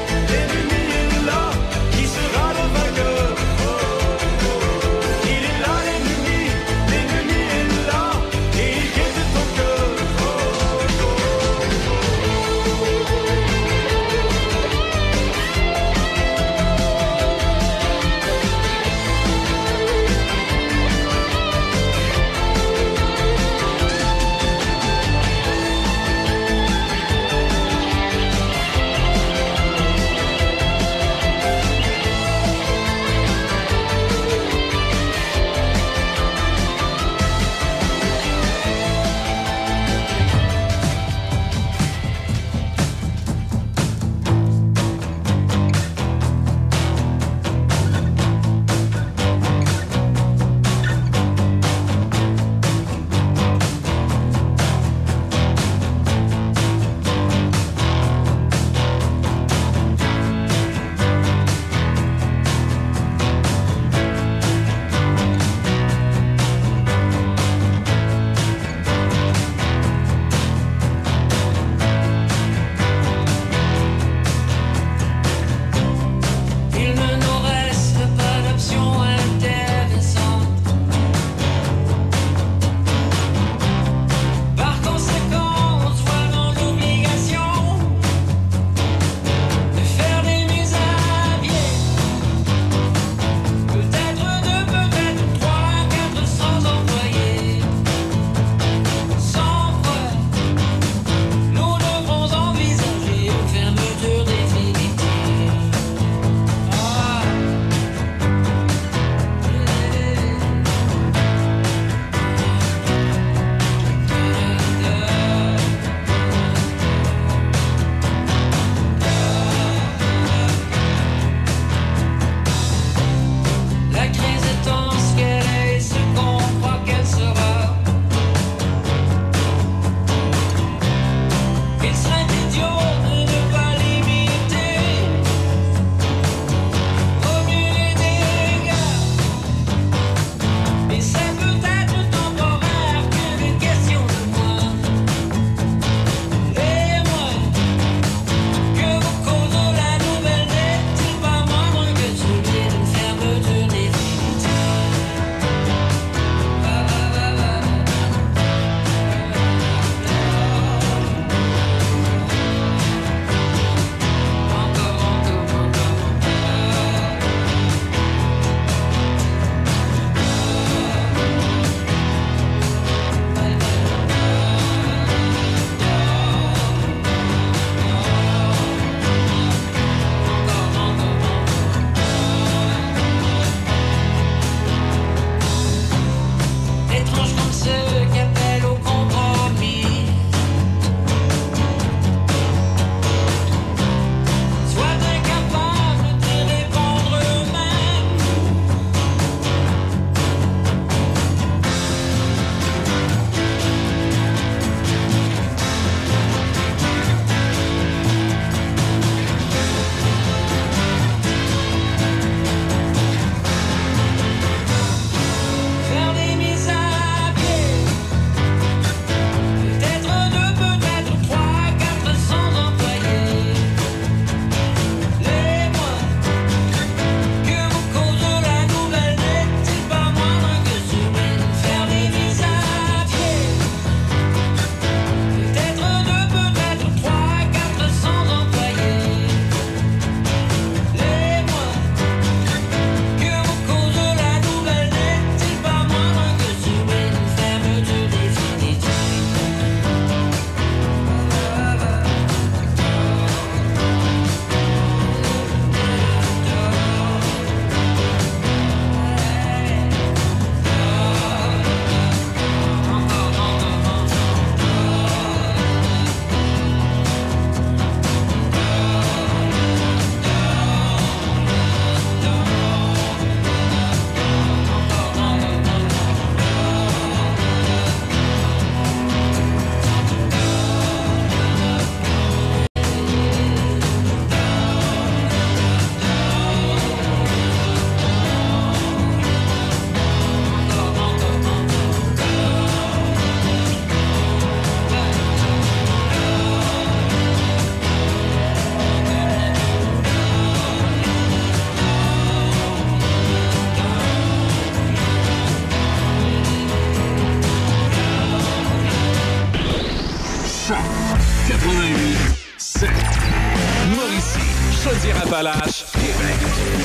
[SPEAKER 3] Chaudière-Appalaches, Québec.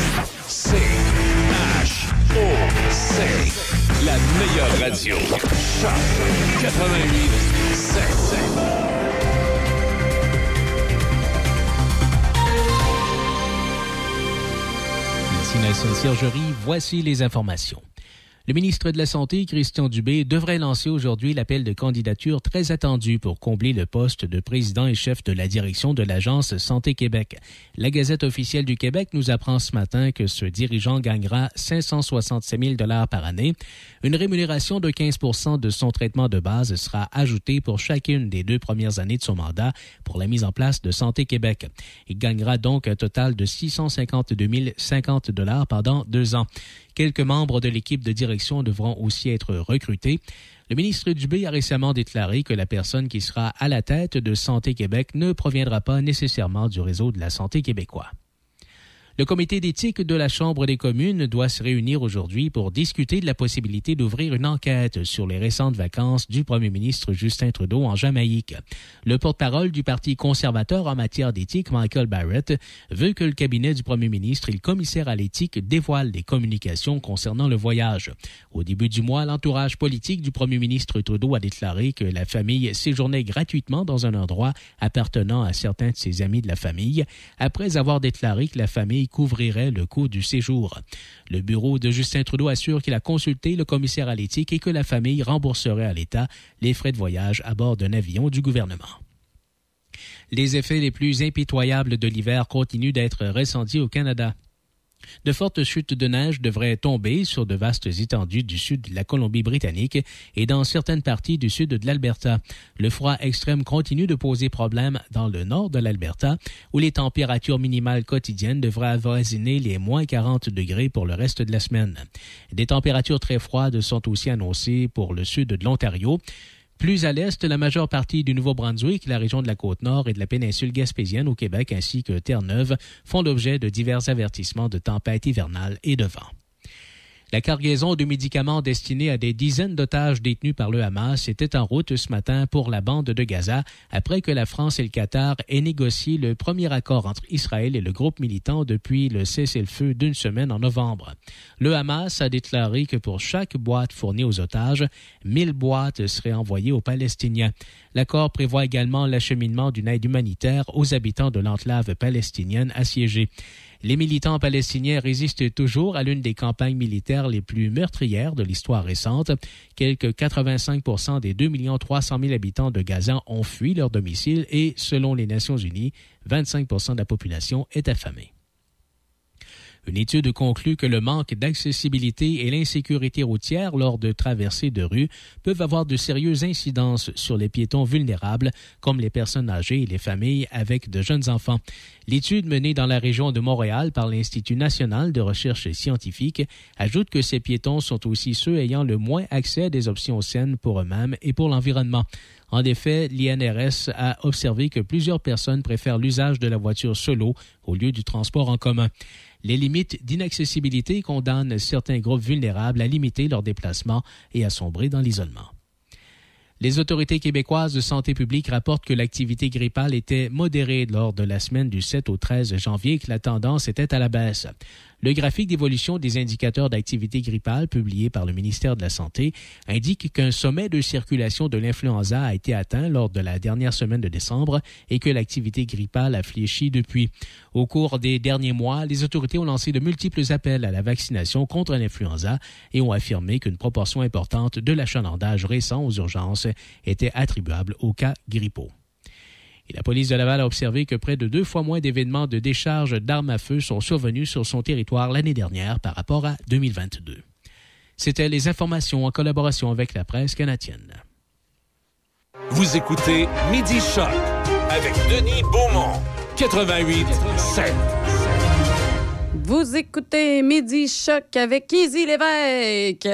[SPEAKER 3] C-H-O-C. La meilleure radio. Choc 88.7.
[SPEAKER 6] Ici Nelson Sergerie, voici les informations. Le ministre de la Santé, Christian Dubé, devrait lancer aujourd'hui l'appel de candidature très attendu pour combler le poste de président et chef de la direction de l'Agence Santé Québec. La Gazette officielle du Québec nous apprend ce matin que ce dirigeant gagnera 567 000 $ par année. Une rémunération de 15 % de son traitement de base sera ajoutée pour chacune des 2 premières années de son mandat pour la mise en place de Santé Québec. Il gagnera donc un total de 652 050 $ pendant 2 ans. Quelques membres de l'équipe de direction devront aussi être recrutés. Le ministre Dubé a récemment déclaré que la personne qui sera à la tête de Santé Québec ne proviendra pas nécessairement du réseau de la santé québécois. Le comité d'éthique de la Chambre des communes doit se réunir aujourd'hui pour discuter de la possibilité d'ouvrir une enquête sur les récentes vacances du premier ministre Justin Trudeau en Jamaïque. Le porte-parole du Parti conservateur en matière d'éthique, Michael Barrett, veut que le cabinet du premier ministre et le commissaire à l'éthique dévoilent des communications concernant le voyage. Au début du mois, l'entourage politique du premier ministre Trudeau a déclaré que la famille séjournait gratuitement dans un endroit appartenant à certains de ses amis de la famille, après avoir déclaré que la famille couvrirait le coût du séjour. Le bureau de Justin Trudeau assure qu'il a consulté le commissaire à l'éthique et que la famille rembourserait à l'État les frais de voyage à bord d'un avion du gouvernement. Les effets les plus impitoyables de l'hiver continuent d'être ressentis au Canada. De fortes chutes de neige devraient tomber sur de vastes étendues du sud de la Colombie-Britannique et dans certaines parties du sud de l'Alberta. Le froid extrême continue de poser problème dans le nord de l'Alberta, où les températures minimales quotidiennes devraient avoisiner les moins 40 degrés pour le reste de la semaine. Des températures très froides sont aussi annoncées pour le sud de l'Ontario. Plus à l'est, la majeure partie du Nouveau-Brunswick, la région de la Côte-Nord et de la péninsule gaspésienne au Québec ainsi que Terre-Neuve font l'objet de divers avertissements de tempêtes hivernales et de vent. La cargaison de médicaments destinés à des dizaines d'otages détenus par le Hamas était en route ce matin pour la bande de Gaza après que la France et le Qatar aient négocié le premier accord entre Israël et le groupe militant depuis le cessez-le-feu d'une semaine en novembre. Le Hamas a déclaré que pour chaque boîte fournie aux otages, 1000 boîtes seraient envoyées aux Palestiniens. L'accord prévoit également l'acheminement d'une aide humanitaire aux habitants de l'enclave palestinienne assiégée. Les militants palestiniens résistent toujours à l'une des campagnes militaires les plus meurtrières de l'histoire récente. Quelques 85 % des 2 300 000 habitants de Gaza ont fui leur domicile et, selon les Nations unies, 25 % de la population est affamée. Une étude conclut que le manque d'accessibilité et l'insécurité routière lors de traversées de rue peuvent avoir de sérieuses incidences sur les piétons vulnérables, comme les personnes âgées et les familles avec de jeunes enfants. L'étude menée dans la région de Montréal par l'Institut national de recherche scientifique ajoute que ces piétons sont aussi ceux ayant le moins accès à des options saines pour eux-mêmes et pour l'environnement. En effet, l'INRS a observé que plusieurs personnes préfèrent l'usage de la voiture solo au lieu du transport en commun. Les limites d'inaccessibilité condamnent certains groupes vulnérables à limiter leurs déplacements et à sombrer dans l'isolement. Les autorités québécoises de santé publique rapportent que l'activité grippale était modérée lors de la semaine du 7 au 13 janvier et que la tendance était à la baisse. Le graphique d'évolution des indicateurs d'activité grippale publié par le ministère de la Santé indique qu'un sommet de circulation de l'influenza a été atteint lors de la dernière semaine de décembre et que l'activité grippale a fléchi depuis. Au cours des derniers mois, les autorités ont lancé de multiples appels à la vaccination contre l'influenza et ont affirmé qu'une proportion importante de l'achalandage récent aux urgences était attribuable aux cas grippaux. Et la police de Laval a observé que près de 2 fois moins d'événements de décharge d'armes à feu sont survenus sur son territoire l'année dernière par rapport à 2022. C'étaient les informations en collaboration avec la presse canadienne.
[SPEAKER 3] Vous écoutez Midi Choc avec Denis Beaumont, 88.7.
[SPEAKER 8] Vous écoutez Midi Choc avec Izzy Lévesque.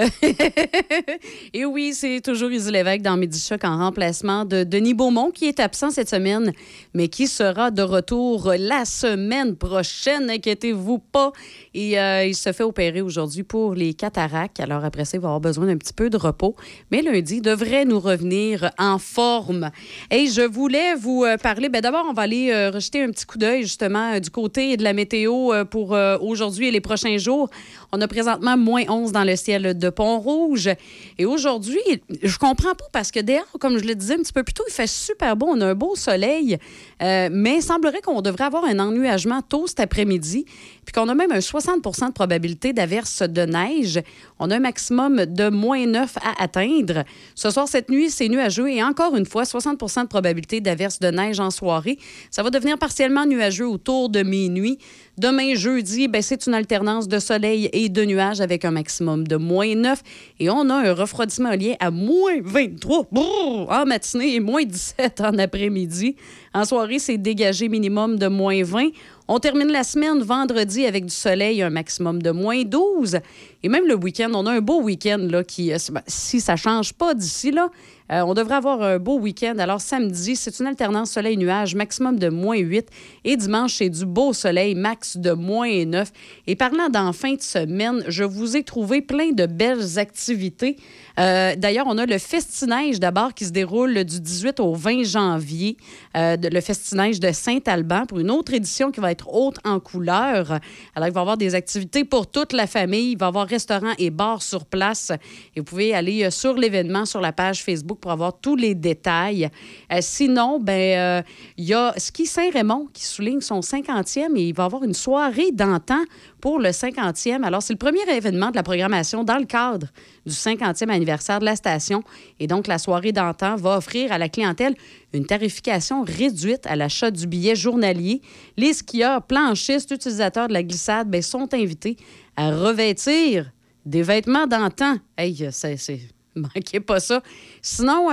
[SPEAKER 8] Et oui, c'est toujours Izzy Lévesque dans Midi Choc en remplacement de Denis Beaumont qui est absent cette semaine, mais qui sera de retour la semaine prochaine. Inquiétez-vous pas. Et il se fait opérer aujourd'hui pour les cataractes. Alors après ça, il va avoir besoin d'un petit peu de repos. Mais lundi, il devrait nous revenir en forme. Et je voulais vous parler... d'abord, on va aller rejeter un petit coup d'œil justement du côté de la météo pour aujourd'hui et les prochains jours. On a présentement moins 11 dans le ciel de Pont-Rouge. Et aujourd'hui, je comprends pas parce que dehors, comme je le disais un petit peu plus tôt, il fait super beau. On a un beau soleil. Mais il semblerait qu'on devrait avoir un ennuagement tôt cet après-midi. Puis qu'on a même un 60 de probabilité d'averse de neige. On a un maximum de moins 9 à atteindre. Ce soir, cette nuit, c'est nuageux. Et encore une fois, 60 de probabilité d'averse de neige en soirée. Ça va devenir partiellement nuageux autour de minuit. Demain, jeudi, c'est une alternance de soleil et de nuages avec un maximum de moins 9. Et on a un refroidissement lié à moins 23 en matinée et moins 17 en après-midi. En soirée, c'est dégagé minimum de moins 20. On termine la semaine vendredi avec du soleil, un maximum de moins 12. Et même le week-end, on a un beau week-end là, qui, si ça ne change pas d'ici là, on devrait avoir un beau week-end. Alors samedi, c'est une alternance soleil-nuage, maximum de moins 8. Et dimanche, c'est du beau soleil, max de moins 9. Et parlant d'en fin de semaine, je vous ai trouvé plein de belles activités. D'ailleurs, on a le Festi-Neige d'abord qui se déroule du 18 au 20 janvier. Le Festi-Neige de Saint-Alban pour une autre édition qui va être haute en couleurs. Alors, il va y avoir des activités pour toute la famille. Il va y avoir restaurants et bars sur place. Et vous pouvez aller sur l'événement, sur la page Facebook pour avoir tous les détails. Sinon, il y a Ski Saint-Raymond qui souligne son 50e et il va y avoir une soirée d'antan pour le 50e. Alors, c'est le premier événement de la programmation dans le cadre du 50e anniversaire de la station. Et donc, la soirée d'antan va offrir à la clientèle une tarification réduite à l'achat du billet journalier. Les skieurs, planchistes, utilisateurs de la glissade sont invités à revêtir des vêtements d'antan. Hey, c'est... Manquez pas ça. Sinon,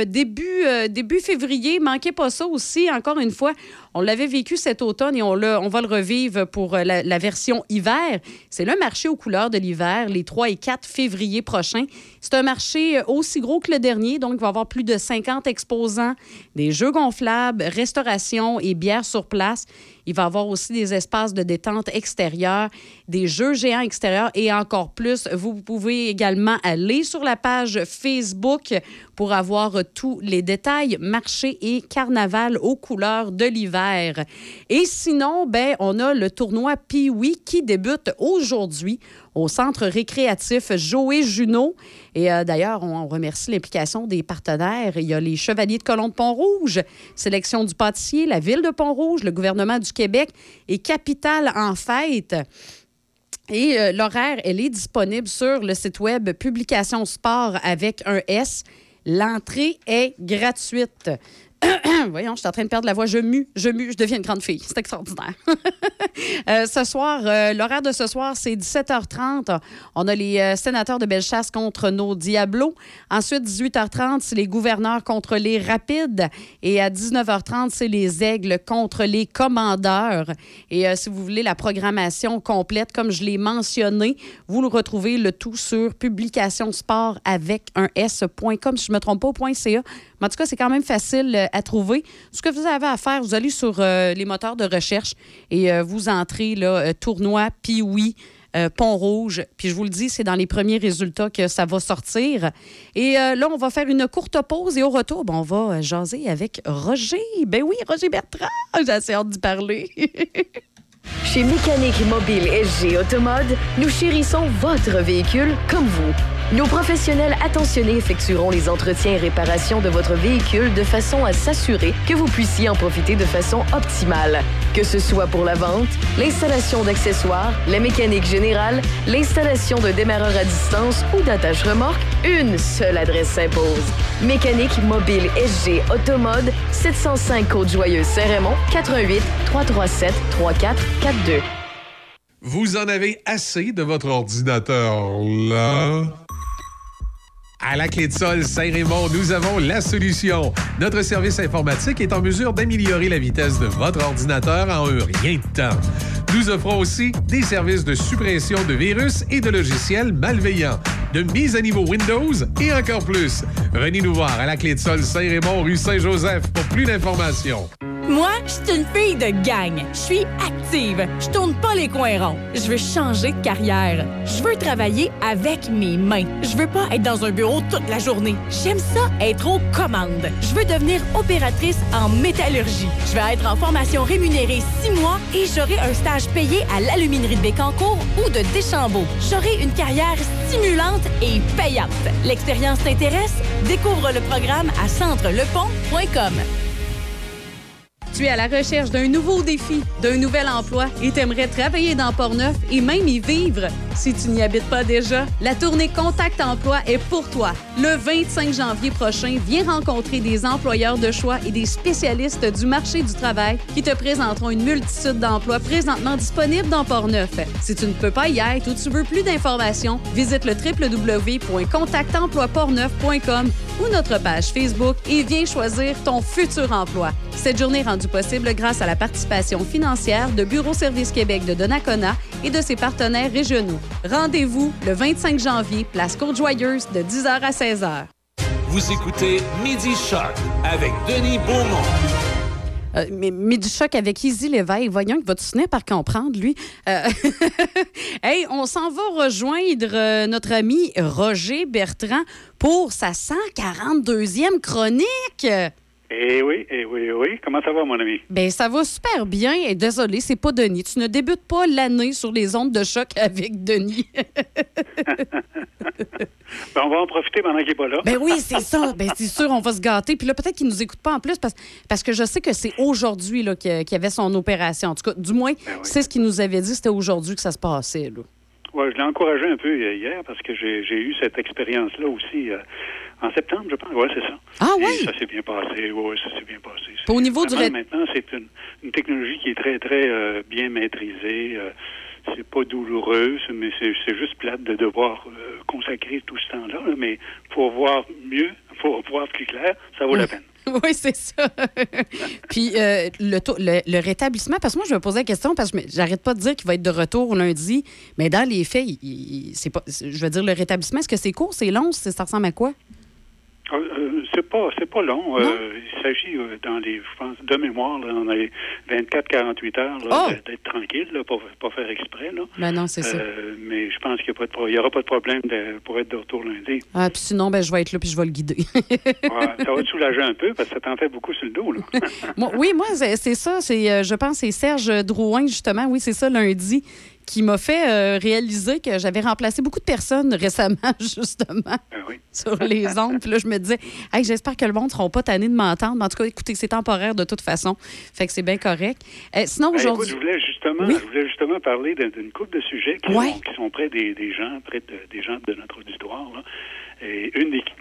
[SPEAKER 8] début février, manquez pas ça aussi. Encore une fois, on l'avait vécu cet automne et on va le revivre pour la version hiver. C'est le marché aux couleurs de l'hiver, les 3 et 4 février prochains. C'est un marché aussi gros que le dernier, donc il va y avoir plus de 50 exposants, des jeux gonflables, restauration et bière sur place. Il va y avoir aussi des espaces de détente extérieurs, des jeux géants extérieurs et encore plus. Vous pouvez également aller sur la page Facebook pour avoir tous les détails, marché et carnaval aux couleurs de l'hiver. Et sinon, on a le tournoi Pee-Wee qui débute aujourd'hui au centre récréatif Joé Junot. Et d'ailleurs, on remercie l'implication des partenaires. Il y a les Chevaliers de Colomb de Pont-Rouge, Sélection du pâtissier, la Ville de Pont-Rouge, le gouvernement du Québec et Capital en fête. Et l'horaire, elle est disponible sur le site web Publication Sport avec un S. L'entrée est gratuite. Voyons, je suis en train de perdre la voix. Je deviens une grande fille. C'est extraordinaire. Ce soir, l'horaire de ce soir, c'est 17h30. On a les sénateurs de Bellechasse contre nos Diablos. Ensuite, 18h30, c'est les gouverneurs contre les Rapides. Et à 19h30, c'est les Aigles contre les Commandeurs. Et si vous voulez la programmation complète, comme je l'ai mentionné, vous le retrouvez le tout sur publicationsport avec un S.com, si je ne me trompe pas, .ca. Mais en tout cas, c'est quand même facile à trouver. Ce que vous avez à faire, vous allez sur les moteurs de recherche et vous entrez là, tournoi Pee-Wee Pont-Rouge. Puis je vous le dis, c'est dans les premiers résultats que ça va sortir. Et là, on va faire une courte pause et au retour, on va jaser avec Roger. Ben oui, Roger Bertrand. J'ai assez hâte d'y parler.
[SPEAKER 10] Chez Mécanique Mobile SG Automode, nous chérissons votre véhicule comme vous. Nos professionnels attentionnés effectueront les entretiens et réparations de votre véhicule de façon à s'assurer que vous puissiez en profiter de façon optimale. Que ce soit pour la vente, l'installation d'accessoires, la mécanique générale, l'installation de démarreurs à distance ou d'attache remorque, une seule adresse s'impose. Mécanique Mobile SG Automode, 705 Côte-Joyeuse Saint-Raymond, 88 337 3442.
[SPEAKER 3] Vous en avez assez de votre ordinateur, là? À la Clé de Sol Saint-Raymond, nous avons la solution. Notre service informatique est en mesure d'améliorer la vitesse de votre ordinateur en un rien de temps. Nous offrons aussi des services de suppression de virus et de logiciels malveillants, de mise à niveau Windows et encore plus. Venez nous voir à la Clé de Sol Saint-Raymond, rue Saint-Joseph pour plus d'informations.
[SPEAKER 11] Moi, je suis une fille de gang. Je suis active. Je tourne pas les coins ronds. Je veux changer de carrière. Je veux travailler avec mes mains. Je veux pas être dans un bureau toute la journée. J'aime ça être aux commandes. Je veux devenir opératrice en métallurgie. Je vais être en formation rémunérée 6 mois et j'aurai un stage payé à l'aluminerie de Bécancour ou de Deschambault. J'aurai une carrière stimulante et payante. L'expérience t'intéresse? Découvre le programme à centrelepont.com.
[SPEAKER 8] Tu es à la recherche d'un nouveau défi, d'un nouvel emploi et t'aimerais travailler dans Portneuf et même y vivre. Si tu n'y habites pas déjà, la tournée Contact Emploi est pour toi. Le 25 janvier prochain, viens rencontrer des employeurs de choix et des spécialistes du marché du travail qui te présenteront une multitude d'emplois présentement disponibles dans Portneuf. Si tu ne peux pas y être ou tu veux plus d'informations, visite le www.contactemploiportneuf.com ou notre page Facebook et viens choisir ton futur emploi. Cette journée est rendue possible grâce à la participation financière de Bureau Service Québec de Donnacona et de ses partenaires régionaux. Rendez-vous le 25 janvier, place Côte-Joyeuse, de 10h à 16h.
[SPEAKER 12] Vous écoutez Midi Choc avec Denis Beaumont.
[SPEAKER 8] Midi Choc avec Izzy Lévesque. Voyons qu'il va tout finir par comprendre, lui. Hey, on s'en va rejoindre notre ami Roger Bertrand pour sa 142e chronique.
[SPEAKER 13] Eh oui. Comment ça va, mon ami?
[SPEAKER 8] Bien, ça va super bien. Et désolé, c'est pas Denis. Tu ne débutes pas l'année sur les ondes de choc avec Denis.
[SPEAKER 13] Ben, on va en profiter pendant qu'il n'est pas là.
[SPEAKER 8] Ben oui, c'est ça. Ben, c'est sûr, on va se gâter. Puis là, peut-être qu'il ne nous écoute pas en plus parce que je sais que c'est aujourd'hui là, qu'il y avait son opération. En tout cas, du moins, c'est ce qu'il nous avait dit. C'était aujourd'hui que ça se passait.
[SPEAKER 13] Oui, je l'ai encouragé un peu hier parce que j'ai eu cette expérience-là aussi en septembre, je pense. Oui, c'est ça.
[SPEAKER 8] Ah oui?
[SPEAKER 13] Et ça s'est bien passé. Oui, ça s'est bien passé.
[SPEAKER 8] Au niveau du...
[SPEAKER 13] Maintenant, c'est une technologie qui est très, très bien maîtrisée. C'est pas douloureux, mais c'est juste plate de devoir consacrer tout ce temps-là. Là, mais pour voir mieux, pour voir plus clair, ça vaut la peine.
[SPEAKER 8] Oui, c'est ça. Puis le rétablissement, parce que moi, je me posais la question, parce que j'arrête pas de dire qu'il va être de retour lundi, mais dans les faits, c'est pas, je veux dire, le rétablissement, est-ce que c'est court, c'est long, ça ressemble à quoi?
[SPEAKER 13] C'est pas long. Il s'agit je pense, de mémoire, là, on a 24-48 heures là, d'être tranquille, là, pas faire exprès. Là.
[SPEAKER 8] Ben non, c'est ça.
[SPEAKER 13] Mais je pense qu'il n'y aura pas de problème pour être de retour lundi.
[SPEAKER 8] Ah, puis sinon, je vais être là puis je vais le guider.
[SPEAKER 13] Ça va te soulager un peu parce que ça t'en fait beaucoup sur le dos. Là.
[SPEAKER 8] moi, c'est ça. Je pense que c'est Serge Drouin, justement. Oui, c'est ça, lundi, qui m'a fait réaliser que j'avais remplacé beaucoup de personnes récemment, justement, sur les ondes. Puis là, je me disais, hey, j'espère que le monde ne sera pas tanné de m'entendre. Mais en tout cas, écoutez, c'est temporaire de toute façon. Fait que c'est bien correct. Sinon, aujourd'hui...
[SPEAKER 13] Écoute, je voulais justement parler d'une couple de sujets qui sont près des gens, près des gens de notre auditoire. Là. Et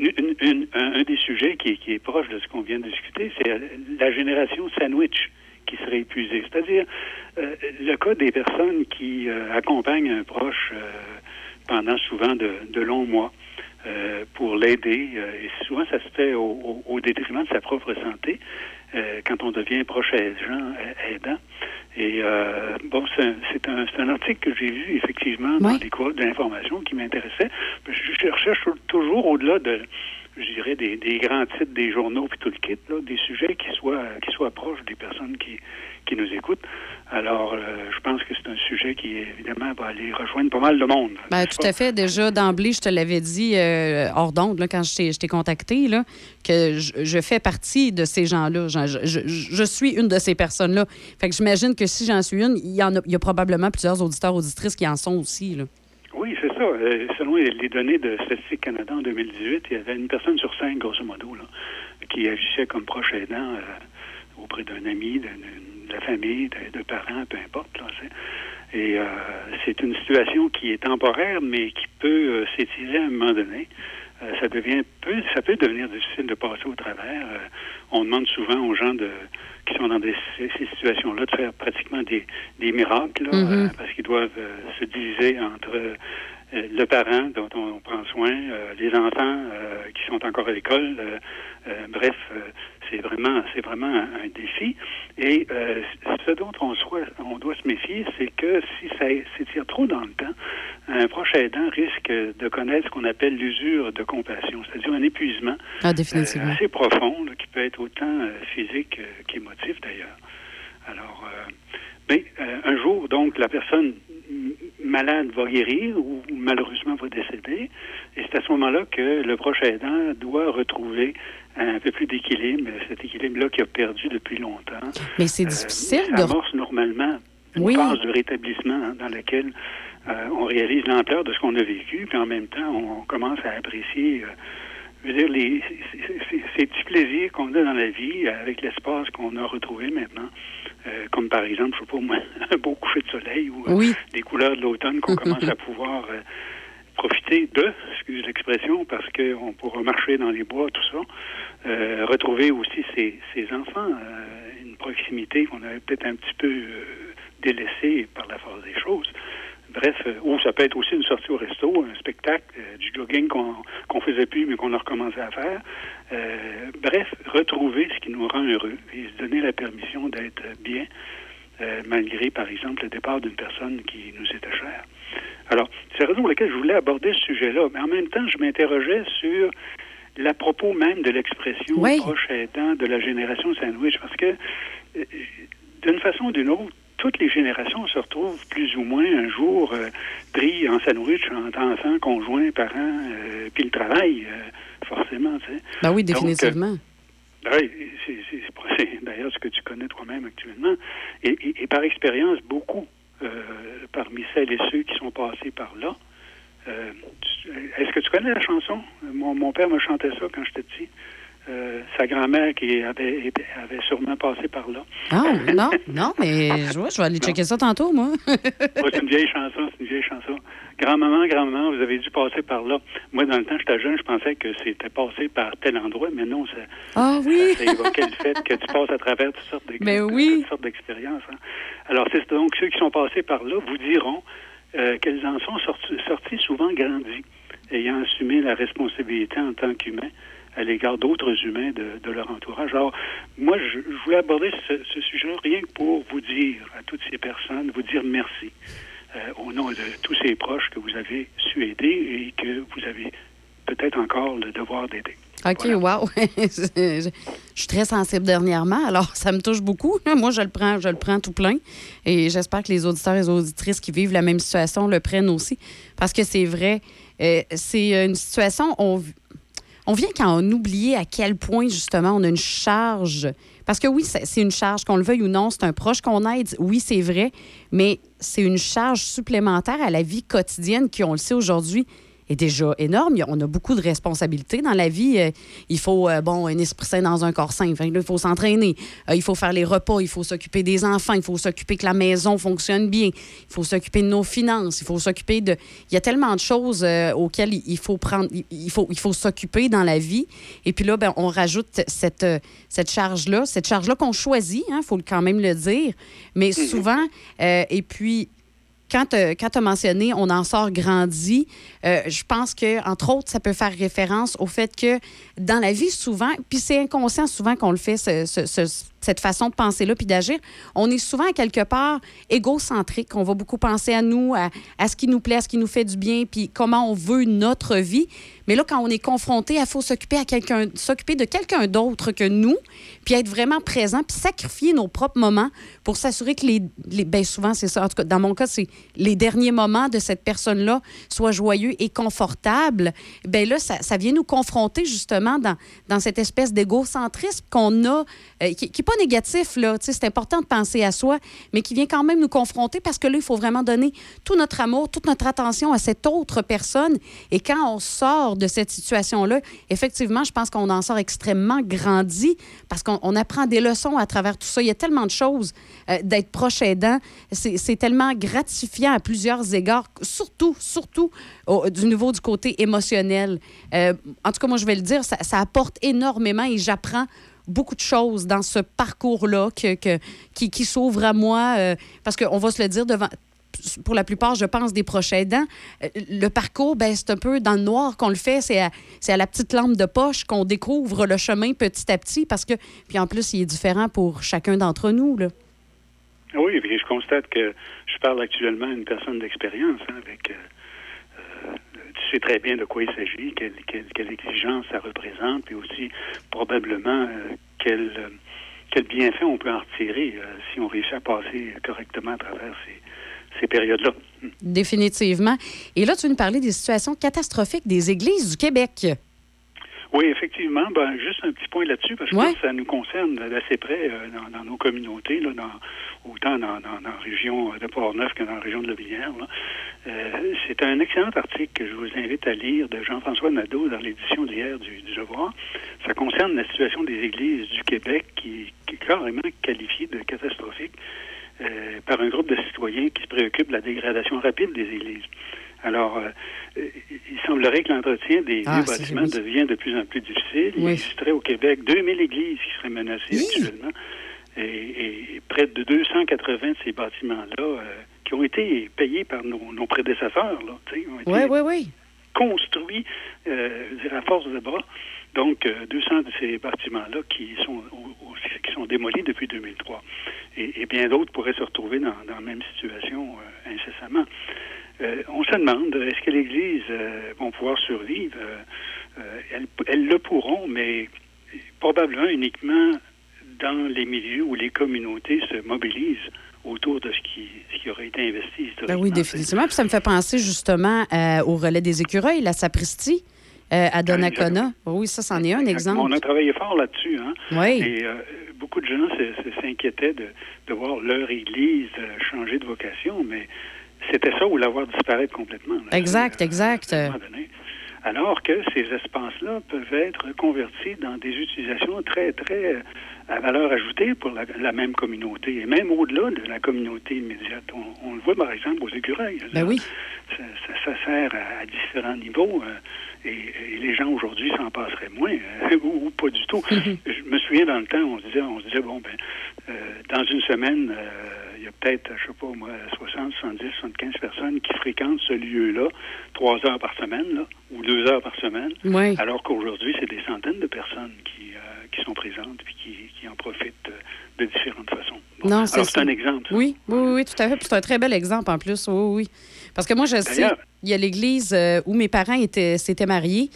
[SPEAKER 13] un des sujets qui est proche de ce qu'on vient de discuter, c'est la génération sandwich qui serait épuisée. C'est-à-dire le cas des personnes qui accompagnent un proche pendant souvent de longs mois pour l'aider. Et souvent, ça se fait au détriment de sa propre santé quand on devient proche aidant. Et c'est un article que j'ai vu effectivement dans les cours de l'information qui m'intéressait. Je recherche toujours au-delà de, je dirais, des grands titres des journaux puis tout le kit, là, des sujets qui soient proches des personnes qui nous écoutent. Alors, je pense que c'est un sujet qui, évidemment, va aller rejoindre pas mal de monde.
[SPEAKER 8] Ben, tout à fait. Déjà, d'emblée, je te l'avais dit hors d'onde, là, quand je t'ai contacté, là, que je fais partie de ces gens-là. Je suis une de ces personnes-là. Fait que j'imagine que si j'en suis une, il y a probablement plusieurs auditeurs, auditrices qui en sont aussi, là.
[SPEAKER 13] Oui, c'est ça. Selon les données de Statistique Canada en 2018, il y avait une personne sur 5, grosso modo, là, qui agissait comme proche aidant auprès d'un ami, de la famille, de parents, peu importe. Là, et c'est une situation qui est temporaire, mais qui peut s'étirer à un moment donné. Ça peut devenir difficile de passer au travers. On demande souvent aux gens qui sont dans ces situations-là de faire pratiquement des miracles, là, parce qu'ils doivent se diviser entre le parent dont on prend soin, les enfants qui sont encore à l'école. Bref, c'est vraiment un défi. Et ce dont on doit se méfier, c'est que si ça s'étire trop dans le temps, un proche aidant risque de connaître ce qu'on appelle l'usure de compassion, c'est-à-dire un épuisement assez profond, là, qui peut être autant physique qu'émotif d'ailleurs. Alors, un jour, donc, la personne malade va guérir ou malheureusement va décéder. Et c'est à ce moment-là que le proche aidant doit retrouver un peu plus d'équilibre, cet équilibre-là qu'il a perdu depuis longtemps.
[SPEAKER 8] Mais c'est difficile
[SPEAKER 13] ça amorce normalement une phase de rétablissement dans laquelle on réalise l'ampleur de ce qu'on a vécu, puis en même temps, on commence à apprécier je veux dire, ces petits plaisirs qu'on a dans la vie avec l'espace qu'on a retrouvé maintenant. Comme par exemple, je sais pas moi, un beau coucher de soleil ou des couleurs de l'automne qu'on commence à pouvoir profiter de, excuse l'expression, parce qu'on pourra marcher dans les bois, tout ça. Retrouver aussi ses enfants, une proximité qu'on avait peut-être un petit peu délaissée par la force des choses. Bref, ou ça peut être aussi une sortie au resto, un spectacle, du jogging qu'on faisait plus, mais qu'on a recommencé à faire. Bref, retrouver ce qui nous rend heureux et se donner la permission d'être bien, malgré, par exemple, le départ d'une personne qui nous était chère. Alors, c'est la raison pour laquelle je voulais aborder ce sujet-là. Mais en même temps, je m'interrogeais sur l'à propos même de l'expression proche aidant de la génération sandwich, parce que, d'une façon ou d'une autre, toutes les générations se retrouvent plus ou moins un jour pris en sandwich entre enfants, conjoints, parents, puis le travail, forcément, tu sais.
[SPEAKER 8] Ben oui, définitivement.
[SPEAKER 13] Oui, c'est d'ailleurs ce que tu connais toi-même actuellement. Et par expérience, beaucoup parmi celles et ceux qui sont passés par là. Est-ce que tu connais la chanson? Mon père me chantait ça quand j'étais petit. Sa grand-mère qui avait sûrement passé par là.
[SPEAKER 8] Ah, non, mais je vais aller checker ça tantôt, moi.
[SPEAKER 13] C'est une vieille chanson, Grand-maman, vous avez dû passer par là. Moi, dans le temps, j'étais jeune, je pensais que c'était passé par tel endroit, mais non, ça évoquait le fait que tu passes à travers toutes sortes d'expériences. Hein. Alors, c'est donc ceux qui sont passés par là vous diront qu'elles en sont sortis souvent grandis, ayant assumé la responsabilité en tant qu'humains à l'égard d'autres humains de leur entourage. Alors, moi, je voulais aborder ce sujet-là rien que pour vous dire à toutes ces personnes, vous dire merci au nom de tous ces proches que vous avez su aider et que vous avez peut-être encore le devoir d'aider.
[SPEAKER 8] OK, voilà. Wow. Je suis très sensible dernièrement, alors ça me touche beaucoup. Moi, je le prends tout plein. Et j'espère que les auditeurs et les auditrices qui vivent la même situation le prennent aussi. Parce que c'est vrai, c'est une situation... On vient quand on oublie à quel point, justement, on a une charge. Parce que oui, c'est une charge, qu'on le veuille ou non, c'est un proche qu'on aide. Oui, c'est vrai, mais c'est une charge supplémentaire à la vie quotidienne qui, on le sait aujourd'hui, est déjà énorme. On a beaucoup de responsabilités dans la vie. Il faut, un esprit sain dans un corps sain. Enfin, là, il faut s'entraîner. Il faut faire les repas. Il faut s'occuper des enfants. Il faut s'occuper que la maison fonctionne bien. Il faut s'occuper de nos finances. Il faut s'occuper de... Il y a tellement de choses auxquelles il faut prendre... Il faut s'occuper dans la vie. Et puis là, on rajoute cette charge-là. Cette charge-là qu'on choisit, il faut quand même le dire. Mais souvent, et puis... Quand tu as mentionné « on en sort grandi », je pense que, entre autres, ça peut faire référence au fait que dans la vie, souvent, puis c'est inconscient souvent qu'on le fait, cette façon de penser-là puis d'agir, on est souvent, à quelque part, égocentrique. On va beaucoup penser à nous, à ce qui nous plaît, à ce qui nous fait du bien, puis comment on veut notre vie. Mais là, quand on est confronté, il faut s'occuper de quelqu'un d'autre que nous, puis être vraiment présent, puis sacrifier nos propres moments pour s'assurer que souvent, c'est ça. En tout cas, dans mon cas, c'est les derniers moments de cette personne-là soient joyeux et confortables. Bien là, ça vient nous confronter justement dans cette espèce d'égocentrisme qu'on a, qui n'est pas négatif, là. C'est important de penser à soi, mais qui vient quand même nous confronter parce que là, il faut vraiment donner tout notre amour, toute notre attention à cette autre personne. Et quand on sort de cette situation-là, effectivement, je pense qu'on en sort extrêmement grandi parce qu'on apprend des leçons à travers tout ça. Il y a tellement de choses d'être proche aidant. C'est tellement gratifiant à plusieurs égards, surtout du niveau du côté émotionnel. En tout cas, moi, je vais le dire, ça apporte énormément et j'apprends beaucoup de choses dans ce parcours-là qui s'ouvre à moi. Parce qu'on va se le dire, pour la plupart, je pense, des proches aidants, le parcours, ben, c'est un peu dans le noir qu'on le fait. C'est à la petite lampe de poche qu'on découvre le chemin petit à petit parce que, puis en plus, il est différent pour chacun d'entre nous, là.
[SPEAKER 13] Oui, puis je constate que je parle actuellement à une personne d'expérience, hein, avec... tu sais très bien de quoi il s'agit, quelle exigence ça représente, et aussi probablement quel bienfait on peut en retirer si on réussit à passer correctement à travers ces périodes-là.
[SPEAKER 8] Définitivement. Et là, tu veux nous parler des situations catastrophiques des églises du Québec.
[SPEAKER 13] Oui, effectivement. Ben, juste un petit point là-dessus, parce que ça nous concerne d'assez près dans nos communautés, là, autant dans la région de Port-Neuf que dans la région de Lobinière. C'est un excellent article que je vous invite à lire de Jean-François Nadeau dans l'édition d'hier du Devoir. Ça concerne la situation des églises du Québec qui est carrément qualifiée de catastrophique par un groupe de citoyens qui se préoccupent de la dégradation rapide des églises. Alors, il semblerait que l'entretien des vieux bâtiments devient de plus en plus difficile. Il existerait au Québec 2000 églises qui seraient menacées actuellement. Et près de 280 de ces bâtiments-là qui ont été payés par nos prédécesseurs, là, ont été construits à force de bras. Donc, 200 de ces bâtiments-là qui sont démolis depuis 2003. Et bien d'autres pourraient se retrouver dans la même situation incessamment. On se demande, est-ce que l'Église vont pouvoir survivre? Elles le pourront, mais probablement uniquement dans les milieux où les communautés se mobilisent autour de ce qui aurait été investi historiquement.
[SPEAKER 8] Ben oui, définitivement. Puis ça me fait penser justement au relais des écureuils, la sapristie à Donnacona. Oui, ça, c'en est un exemple.
[SPEAKER 13] On a travaillé fort là-dessus. Hein?
[SPEAKER 8] Oui.
[SPEAKER 13] Et beaucoup de gens s'inquiétaient de voir leur Église changer de vocation, mais c'était ça ou la voir disparaître complètement. Là,
[SPEAKER 8] exact.
[SPEAKER 13] Alors que ces espaces-là peuvent être convertis dans des utilisations très, très à valeur ajoutée pour la même communauté, et même au-delà de la communauté immédiate. On le voit, par exemple, aux écureuils.
[SPEAKER 8] Ben oui.
[SPEAKER 13] Ça sert à différents niveaux, et les gens aujourd'hui s'en passeraient moins, ou pas du tout. Je me souviens, dans le temps, on se disait bon, dans une semaine, il y a peut-être, je sais pas moi, 60, 70, 75 personnes qui fréquentent ce lieu-là 3 heures par semaine, là, ou 2 heures par semaine, alors qu'aujourd'hui, c'est des centaines de personnes qui sont présentes et qui en profitent de différentes façons. Bon.
[SPEAKER 8] Non,
[SPEAKER 13] c'est un exemple. Ça.
[SPEAKER 8] Oui, tout à fait. Puis c'est un très bel exemple en plus. Oui. Parce que moi, je sais, il y a l'église où mes parents s'étaient mariés.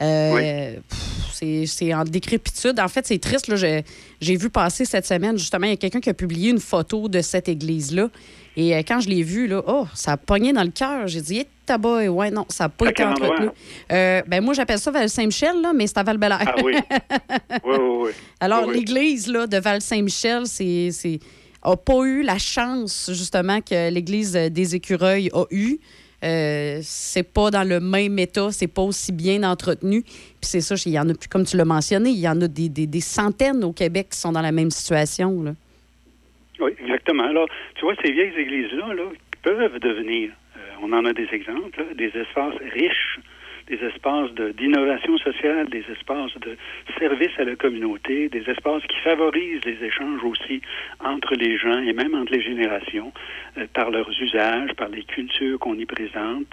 [SPEAKER 8] C'est en décrépitude. En fait, c'est triste. Là, j'ai vu passer cette semaine, justement, il y a quelqu'un qui a publié une photo de cette église-là. Et quand je l'ai vue, là, ça a pogné dans le cœur. J'ai dit, tabac, ouais, non, ça n'a pas été entretenu. Moi, j'appelle ça Val-Saint-Michel, là, mais c'est à Val-Bélair.
[SPEAKER 13] Ah oui. Oui.
[SPEAKER 8] Alors, l'église là, de Val-Saint-Michel, n'a pas eu la chance, justement, que l'église des Écureuils a eue. C'est pas dans le même état, c'est pas aussi bien entretenu. Puis c'est ça, il y en a plus, comme tu l'as mentionné, il y en a des centaines au Québec qui sont dans la même situation, là.
[SPEAKER 13] Oui, exactement. Alors, tu vois, ces vieilles églises-là là, peuvent devenir, on en a des exemples, là, des espaces riches, des espaces d'innovation sociale, des espaces de service à la communauté, des espaces qui favorisent les échanges aussi entre les gens et même entre les générations, par leurs usages, par les cultures qu'on y présente.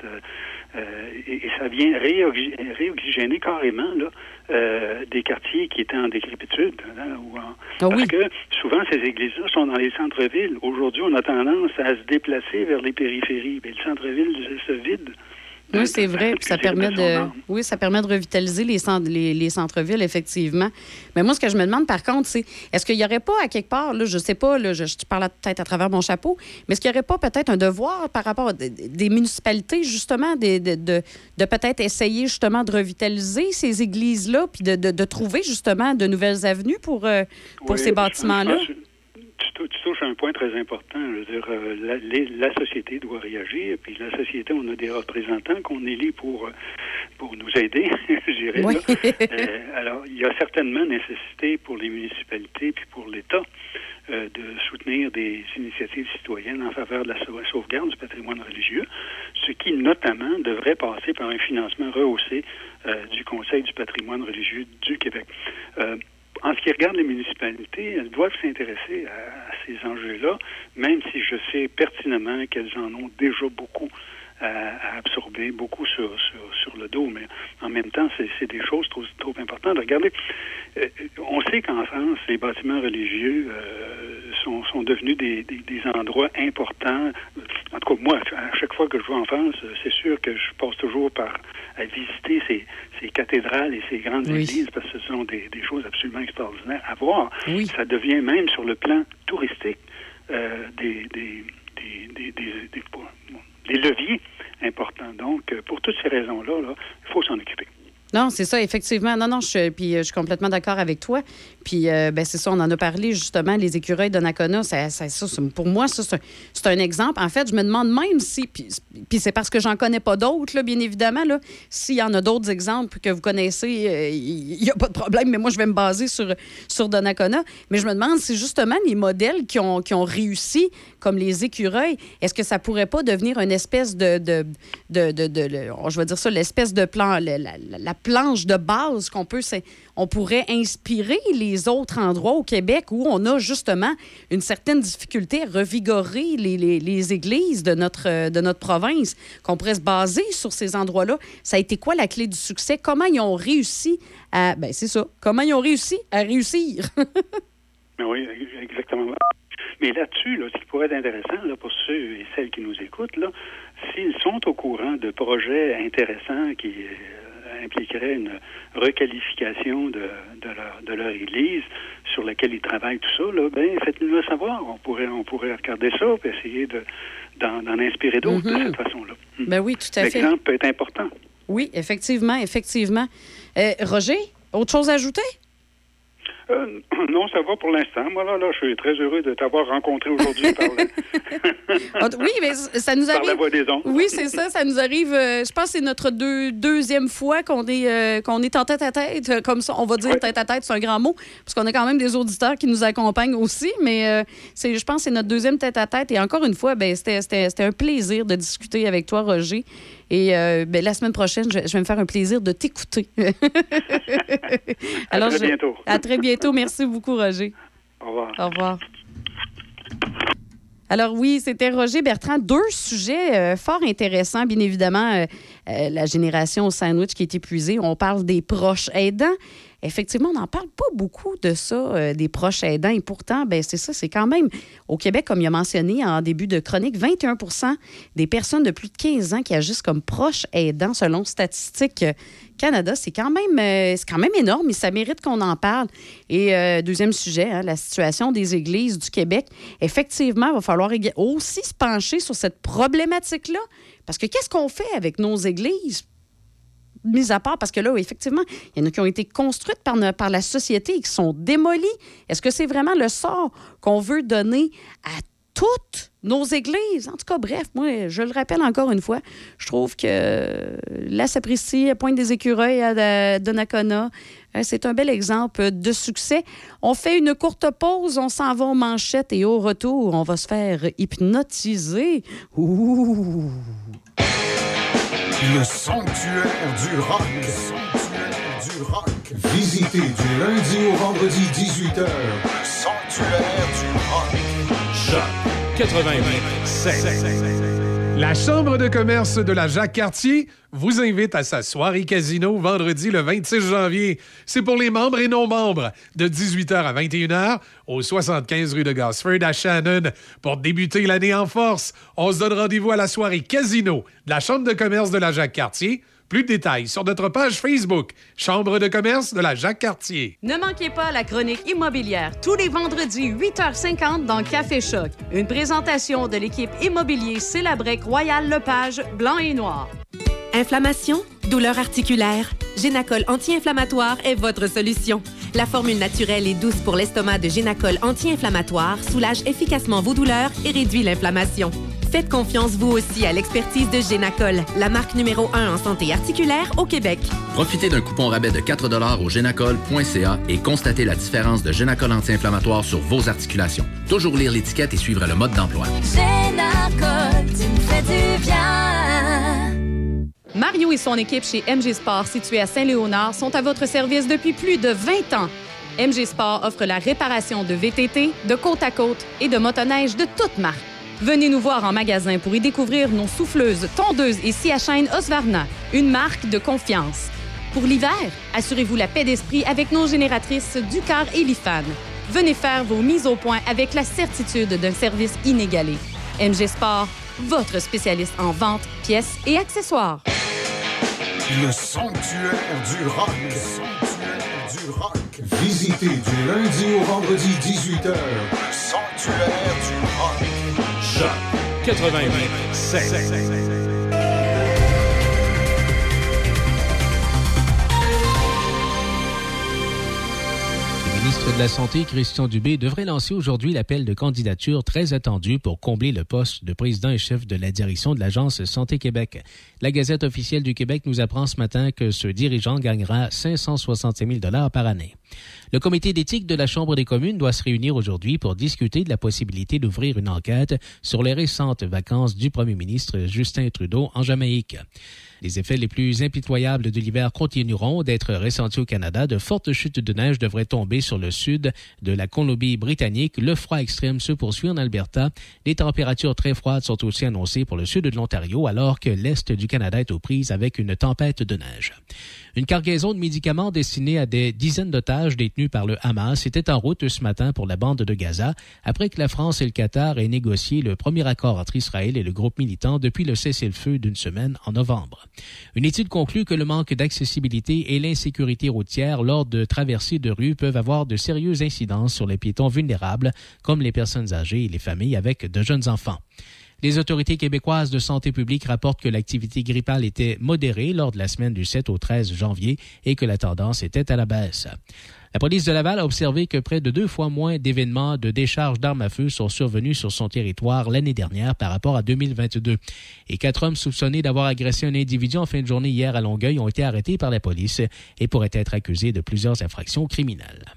[SPEAKER 13] Et ça vient réoxygéner carrément là, des quartiers qui étaient en décrépitude. Hein, parce que souvent, ces églises-là sont dans les centres-villes. Aujourd'hui, on a tendance à se déplacer vers les périphéries. Mais le centre-ville se vide.
[SPEAKER 8] Oui, c'est vrai. Puis ça permet de revitaliser les centres-villes, effectivement. Mais moi, ce que je me demande, par contre, c'est est-ce qu'il n'y aurait pas, à quelque part, là, je ne sais pas, là, je parle peut-être à travers mon chapeau, mais est-ce qu'il n'y aurait pas peut-être un devoir par rapport à des municipalités, justement, de peut-être essayer, justement, de revitaliser ces églises-là, puis de trouver, justement, de nouvelles avenues pour ces bâtiments-là?
[SPEAKER 13] Tu touches à un point très important. Je veux dire, la société doit réagir, puis la société, on a des représentants qu'on élit pour nous aider, je dirais. Oui. Alors, il y a certainement nécessité pour les municipalités puis pour l'État de soutenir des initiatives citoyennes en faveur de la sauvegarde du patrimoine religieux, ce qui, notamment, devrait passer par un financement rehaussé du Conseil du patrimoine religieux du Québec. en ce qui regarde les municipalités, elles doivent s'intéresser à ces enjeux-là, même si je sais pertinemment qu'elles en ont déjà beaucoup à absorber, beaucoup sur le dos, mais en même temps, c'est des choses trop importantes. Regardez, on sait qu'en France, les bâtiments religieux sont devenus des endroits importants. En tout cas, moi, à chaque fois que je vais en France, c'est sûr que je passe toujours à visiter ces cathédrales et ces grandes églises, parce que ce sont des choses absolument extraordinaires à voir. Oui. Ça devient même sur le plan touristique des leviers importants. Donc, pour toutes ces raisons-là, il faut s'en occuper.
[SPEAKER 8] Non, c'est ça, effectivement. Non, je suis complètement d'accord avec toi. Puis, c'est ça, on en a parlé, justement, les écureuils de Nakona. Pour moi, ça, c'est un exemple. En fait, je me demande même si, puis c'est parce que j'en connais pas d'autres, là, bien évidemment, là, s'il y en a d'autres exemples que vous connaissez, il n'y a pas de problème, mais moi, je vais me baser sur Donnacona. Mais je me demande si, justement, les modèles qui ont réussi, comme les écureuils, est-ce que ça pourrait pas devenir une espèce je vais dire ça, l'espèce de plan, la planche de base on pourrait inspirer les autres endroits au Québec où on a justement une certaine difficulté à revigorer les églises de notre province, qu'on pourrait se baser sur ces endroits-là. Ça a été quoi la clé du succès? Comment ils ont réussi à... c'est ça. Comment ils ont réussi à réussir?
[SPEAKER 13] Oui, exactement. Mais là-dessus, ce qui pourrait être intéressant pour ceux et celles qui nous écoutent, s'ils sont au courant de projets intéressants qui impliquerait une requalification de leur église sur laquelle ils travaillent, tout ça, faites-nous le savoir. On pourrait regarder ça et essayer d'en inspirer d'autres de cette façon-là.
[SPEAKER 8] Ben oui, tout à fait.
[SPEAKER 13] L'exemple peut être important.
[SPEAKER 8] Oui, effectivement. Roger, autre chose à ajouter?
[SPEAKER 13] Non, ça va pour l'instant. Moi, là, je suis très heureux de t'avoir rencontré aujourd'hui
[SPEAKER 8] Oui, mais ça nous arrive...
[SPEAKER 13] Par la voix des ondes.
[SPEAKER 8] Oui, c'est ça. Ça nous arrive... je pense que c'est notre deuxième fois qu'on est en tête-à-tête. Comme ça, on va dire tête-à-tête, c'est un grand mot, parce qu'on a quand même des auditeurs qui nous accompagnent aussi, mais je pense que c'est notre deuxième tête-à-tête. Et encore une fois, c'était un plaisir de discuter avec toi, Roger. Et la semaine prochaine, je vais me faire un plaisir de t'écouter.
[SPEAKER 13] Alors, à très bientôt.
[SPEAKER 8] À très bientôt. Merci beaucoup, Roger.
[SPEAKER 13] Au revoir.
[SPEAKER 8] Au revoir. Alors oui, c'était Roger Bertrand. Deux sujets fort intéressants, bien évidemment. La génération au sandwich qui est épuisée. On parle des proches aidants. Effectivement, on n'en parle pas beaucoup de ça, des proches aidants. Et pourtant, c'est ça, c'est quand même, au Québec, comme il a mentionné en début de chronique, 21 % des personnes de plus de 15 ans qui agissent comme proches aidants, selon Statistique Canada. C'est quand même énorme et ça mérite qu'on en parle. Et deuxième sujet, la situation des églises du Québec. Effectivement, il va falloir aussi se pencher sur cette problématique-là. Parce que qu'est-ce qu'on fait avec nos églises? Mis à part, parce que là, effectivement, il y en a qui ont été construites par la société et qui sont démolies. Est-ce que c'est vraiment le sort qu'on veut donner à toutes nos églises? En tout cas, bref, moi, je le rappelle encore une fois, je trouve que la Sapristi, Pointe des Écureuils à Donnacona, c'est un bel exemple de succès. On fait une courte pause, on s'en va aux manchettes et au retour, on va se faire hypnotiser. Ouh!
[SPEAKER 14] Le sanctuaire du rock. Le sanctuaire du rock. Visitez du lundi au vendredi 18h. Le sanctuaire du rock.
[SPEAKER 12] Choc 88.7.
[SPEAKER 3] La Chambre de commerce de la Jacques-Cartier vous invite à sa soirée casino vendredi le 26 janvier. C'est pour les membres et non-membres, de 18h à 21h au 75 rue de Gosford à Shannon. Pour débuter l'année en force, on se donne rendez-vous à la soirée casino de la Chambre de commerce de la Jacques-Cartier. Plus de détails sur notre page Facebook, Chambre de commerce de la Jacques-Cartier.
[SPEAKER 8] Ne manquez pas la chronique immobilière tous les vendredis 8h50 dans Café Choc. Une présentation de l'équipe immobilier Célabrec Royal Lepage, blanc et noir.
[SPEAKER 15] Inflammation, douleur articulaire, Génacol anti-inflammatoire est votre solution. La formule naturelle et douce pour l'estomac de Génacol anti-inflammatoire soulage efficacement vos douleurs et réduit l'inflammation. Faites confiance vous aussi à l'expertise de Génacol, la marque numéro 1 en santé articulaire au Québec.
[SPEAKER 16] Profitez d'un coupon rabais de 4 $ au génacol.ca et constatez la différence de Génacol anti-inflammatoire sur vos articulations. Toujours lire l'étiquette et suivre le mode d'emploi.
[SPEAKER 4] Génacol, tu me fais du bien.
[SPEAKER 8] Mario et son équipe chez MG Sport, située à Saint-Léonard, sont à votre service depuis plus de 20 ans. MG Sport offre la réparation de VTT, de côte à côte et de motoneige de toutes marques. Venez nous voir en magasin pour y découvrir nos souffleuses, tondeuses et scies à chaîne Husqvarna, une marque de confiance. Pour l'hiver, assurez-vous la paix d'esprit avec nos génératrices Ducar et Lifan. Venez faire vos mises au point avec la certitude d'un service inégalé. MG Sport, votre spécialiste en vente, pièces et accessoires.
[SPEAKER 14] Le sanctuaire du rock. Le sanctuaire du rock. Visitez du lundi au vendredi 18h. Sanctuaire du rock.
[SPEAKER 12] Choc 88.7.
[SPEAKER 6] Le ministre de la Santé, Christian Dubé, devrait lancer aujourd'hui l'appel de candidature très attendu pour combler le poste de président et chef de la direction de l'Agence Santé Québec. La Gazette officielle du Québec nous apprend ce matin que ce dirigeant gagnera 565 000 par année. Le comité d'éthique de la Chambre des communes doit se réunir aujourd'hui pour discuter de la possibilité d'ouvrir une enquête sur les récentes vacances du premier ministre Justin Trudeau en Jamaïque. Les effets les plus impitoyables de l'hiver continueront d'être ressentis au Canada. De fortes chutes de neige devraient tomber sur le sud de la Colombie-Britannique. Le froid extrême se poursuit en Alberta. Des températures très froides sont aussi annoncées pour le sud de l'Ontario, alors que l'est du Canada est aux prises avec une tempête de neige. Une cargaison de médicaments destinée à des dizaines d'otages détenus par le Hamas était en route ce matin pour la bande de Gaza, après que la France et le Qatar aient négocié le premier accord entre Israël et le groupe militant depuis le cessez-le-feu d'une semaine en novembre. Une étude conclut que le manque d'accessibilité et l'insécurité routière lors de traversées de rue peuvent avoir de sérieuses incidences sur les piétons vulnérables, comme les personnes âgées et les familles avec de jeunes enfants. Les autorités québécoises de santé publique rapportent que l'activité grippale était modérée lors de la semaine du 7 au 13 janvier et que la tendance était à la baisse. La police de Laval a observé que près de 2 fois moins d'événements de décharge d'armes à feu sont survenus sur son territoire l'année dernière par rapport à 2022. Et 4 hommes soupçonnés d'avoir agressé un individu en fin de journée hier à Longueuil ont été arrêtés par la police et pourraient être accusés de plusieurs infractions criminelles.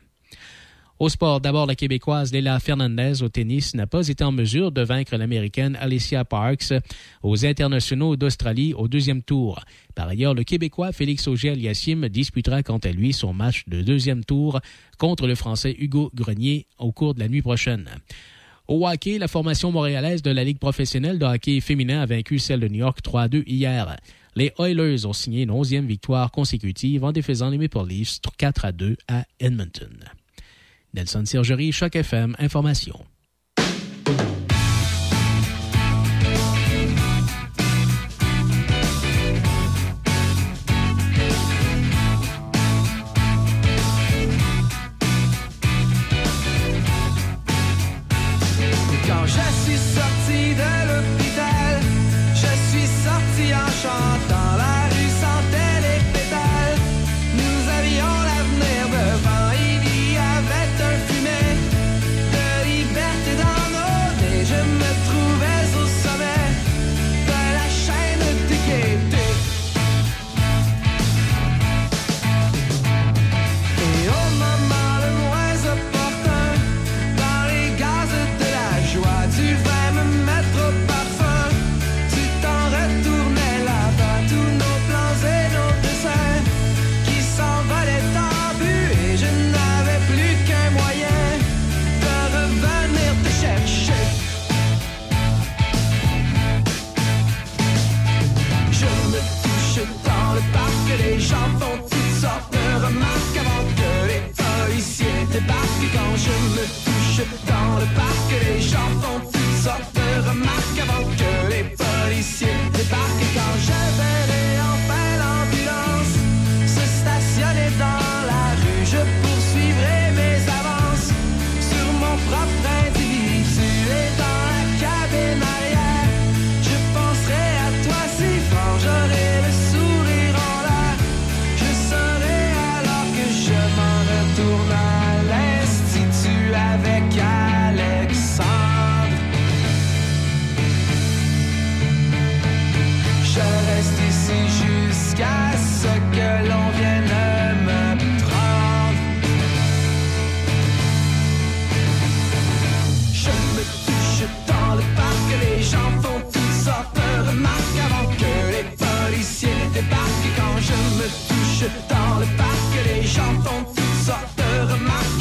[SPEAKER 6] Au sport, d'abord, la Québécoise Léla Fernandez au tennis n'a pas été en mesure de vaincre l'Américaine Alicia Parks aux internationaux d'Australie au 2e tour. Par ailleurs, le Québécois Félix Auger-Aliassime disputera quant à lui son match de 2e tour contre le Français Hugo Grenier au cours de la nuit prochaine. Au hockey, la formation montréalaise de la Ligue professionnelle de hockey féminin a vaincu celle de New York 3-2 hier. Les Oilers ont signé une 11e victoire consécutive en défaisant les Maple Leafs 4-2 à Edmonton. Nelson Sergerie, Choc FM, Information.
[SPEAKER 4] Quand je suis sorti de l'hôpital, je suis sorti en chantant. La rue sentait les pétales. Nous avions l'avenir devant. Il y avait un fumet de liberté dans nos nez. Je me trouvais au sommet de la chaîne d'équité. Et au moment le moins opportun, dans les gaz de la joie, tu vas me mettre au parfum. Tu t'en retournais là-bas, tous nos plans et nos dessins qui s'envolaient en but. Et je n'avais plus qu'un moyen de revenir te chercher. Je me touche dans le parc, les gens font toutes sortes de remarques avant que les policiers débarquent. Quand je me touche dans le parc, les gens font toutes sortes de remarques avant que les policiers débarquent. Quand je verrai enfin l'ambulance se stationner dans la rue, je poursuivrai mes avances sur mon propre individu. Et dans la cabine arrière, je penserai à toi si fort, j'aurai le sourire en l'air. Je saurai alors que je m'en retourne à l'Institut avec Alexandre. Je reste ici jusqu'à ce que l'on vienne me prendre. Je me touche dans le parc, les gens font toutes sortes de remarques avant que les policiers débarquent. Quand je me touche dans le parc, les gens font toutes sortes de remarques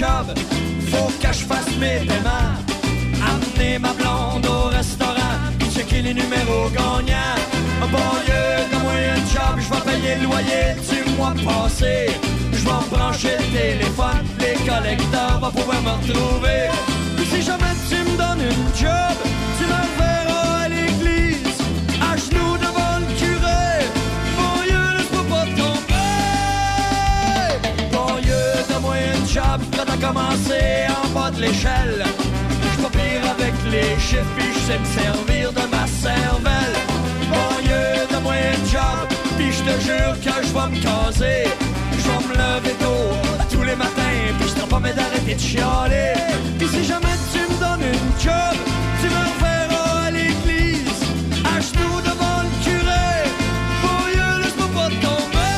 [SPEAKER 5] job, faut que je fasse mes paiements. Amener ma blonde au restaurant, puis checker les numéros gagnants. Bon lieu, donne-moi un job, je vais payer le loyer du mois passé. Je vais me brancher le téléphone, les collecteurs vont pouvoir me retrouver. Puis si jamais tu me donnes une job, tu me reverras à l'église, à genoux devant le curé. Bon lieu, laisse-moi pas tomber. Bon lieu, donne-moi un job, prêt à commencer en bas de l'échelle. J'suis pas pire avec les chiffres, puis je sais me servir de ma cervelle. Bon lieu, donne-moi un job, puis je te jure que je vais me caser. Je vais me lever tôt tous les matins, puis je te promets d'arrêter de chialer. Puis si jamais tu me donnes une job, tu me reverras à l'église, à genoux devant le curé. Bon lieu, laisse-moi pas tomber.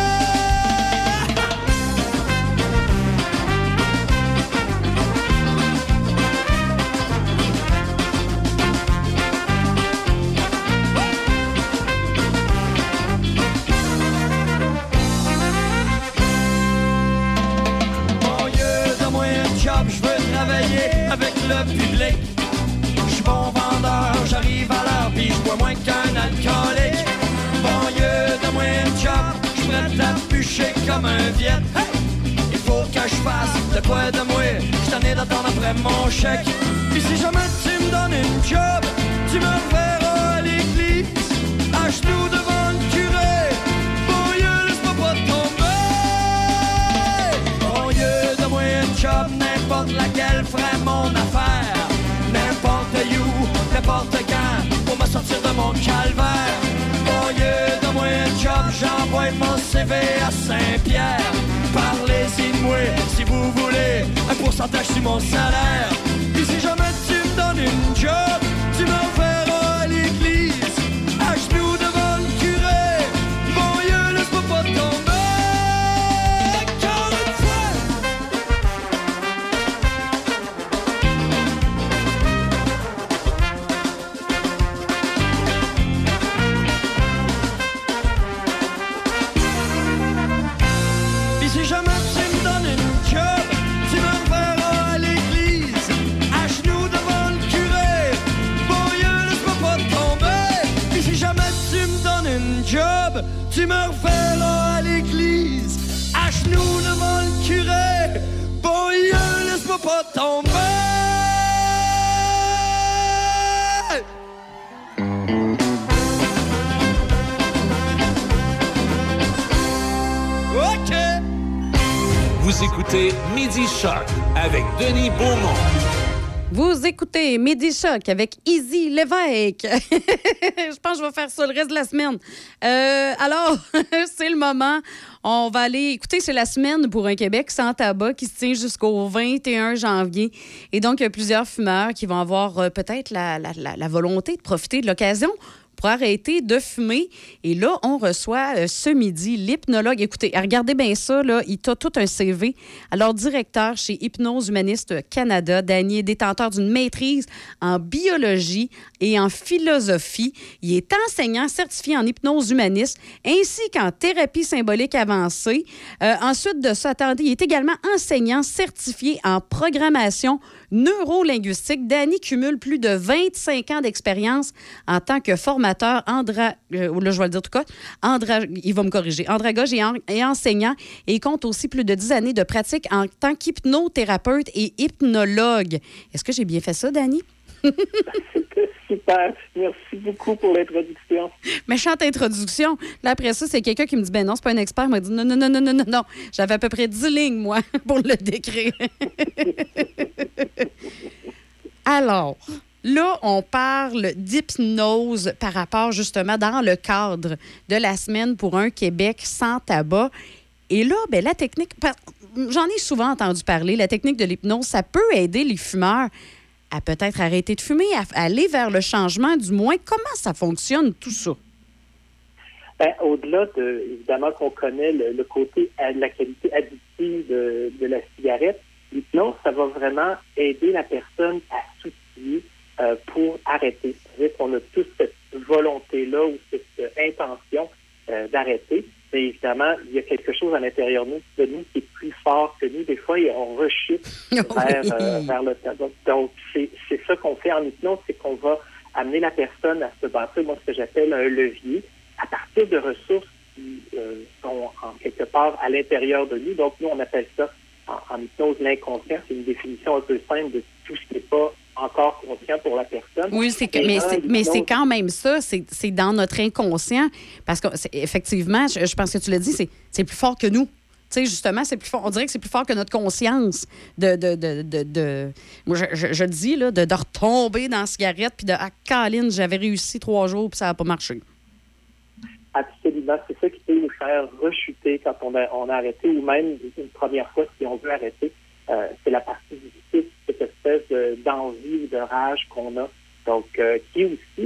[SPEAKER 5] Je veux travailler avec le public. Je suis bon vendeur, j'arrive à l'heure, puis je bois moins qu'un alcoolique. Bon lieu, donne-moi un job, je suis prêt à bûcher comme un viet. Hey! Il faut que je fasse de quoi de moi, je t'en ai d'attendre après mon chèque. Puis si jamais tu me donnes une job, tu me reverras à l'église, à genoux devant le curé. Bon lieu, laisse-moi pas tomber. Bon lieu, donne-moi un job, n'importe laquelle ferait mon affaire. N'importe où, n'importe quand, pour me sortir de mon calvaire. Bon lieu, donne-moi un job, j'envoie mon CV à Saint-Pierre. Parlez-y de moi, si vous voulez, un pourcentage sur mon salaire. Puis si jamais tu me donnes une job, tu me reverras à l'église, à genoux devant le curé. Bon lieu, laisse-moi pas tomber. Si jamais tu me donnes une job, tu me reverras à l'église, à genoux devant le curé. Bon lieu, laisse-moi pas tomber. Puis si jamais tu me donnes une job, tu me reverras à l'église, à genoux devant le curé. Bon lieu, laisse-moi pas tomber. OK.
[SPEAKER 12] Vous écoutez Midi Choc avec Denis Beaumont.
[SPEAKER 8] Vous écoutez Midi Choc avec Izzy Lévesque. Je pense que je vais faire ça le reste de la semaine. Alors, c'est le moment. On va aller écouter, c'est la semaine pour un Québec sans tabac qui se tient jusqu'au 21 janvier. Et donc, il y a plusieurs fumeurs qui vont avoir peut-être la volonté de profiter de l'occasion pour arrêter de fumer. Et là, on reçoit ce midi l'hypnologue. Écoutez, regardez bien ça, là, il a tout un CV. Alors, directeur chez Hypnose Humaniste Canada, Danny est détenteur d'une maîtrise en biologie et en philosophie. Il est enseignant certifié en hypnose humaniste ainsi qu'en thérapie symbolique avancée. Ensuite de ça, attendez, il est également enseignant certifié en programmation neurolinguistique. Danny cumule plus de 25 ans d'expérience en tant que formateur là, je vais le dire tout cas, il va me corriger, andragoge et enseignant, et il compte aussi plus de 10 années de pratique en tant qu'hypnothérapeute et hypnologue. Est-ce que j'ai bien fait ça, Danny?
[SPEAKER 17] C'était super. Merci beaucoup pour l'introduction.
[SPEAKER 8] Méchante introduction. Là, après ça, c'est quelqu'un qui me dit, ben non, c'est pas un expert. Il m'a dit, non. J'avais à peu près 10 lignes, moi, pour le décrire. Alors, là, on parle d'hypnose par rapport, justement, dans le cadre de la semaine pour un Québec sans tabac. Et là, ben, la technique, j'en ai souvent entendu parler, la technique de l'hypnose, ça peut aider les fumeurs à peut-être arrêter de fumer, à aller vers le changement, du moins. Comment ça fonctionne, tout ça?
[SPEAKER 17] Ben, au-delà de, évidemment, qu'on connaît le côté, la qualité addictive de la cigarette, l'hypnose, ça va vraiment aider la personne à s'outiller pour arrêter. C'est-à-dire qu'on a tous cette volonté-là ou cette intention d'arrêter. Mais évidemment, il y a quelque chose à l'intérieur de nous qui est plus fort que nous. Des fois, on rechute vers le tabac. Donc, c'est ça qu'on fait en hypnose, c'est qu'on va amener la personne à se bâtir, moi, ce que j'appelle un levier, à partir de ressources qui sont en quelque part à l'intérieur de nous. Donc, nous, on appelle ça en hypnose l'inconscient. C'est une définition un peu simple de tout ce qui n'est pas encore conscient pour la personne.
[SPEAKER 8] Oui, mais c'est quand même ça. C'est dans notre inconscient. Parce que, effectivement, je pense que tu l'as dit, c'est plus fort que nous. Tu sais, justement, c'est plus fort. On dirait que c'est plus fort que notre conscience moi, je dis, là, de retomber dans la cigarette puis de « Ah, Caroline, j'avais réussi 3 jours puis ça n'a pas marché. »
[SPEAKER 17] Absolument. C'est ça qui peut nous faire rechuter quand on a arrêté, ou même une première fois, si on veut arrêter. C'est la partie difficile, cette espèce d'envie ou de rage qu'on a. Donc, qui aussi,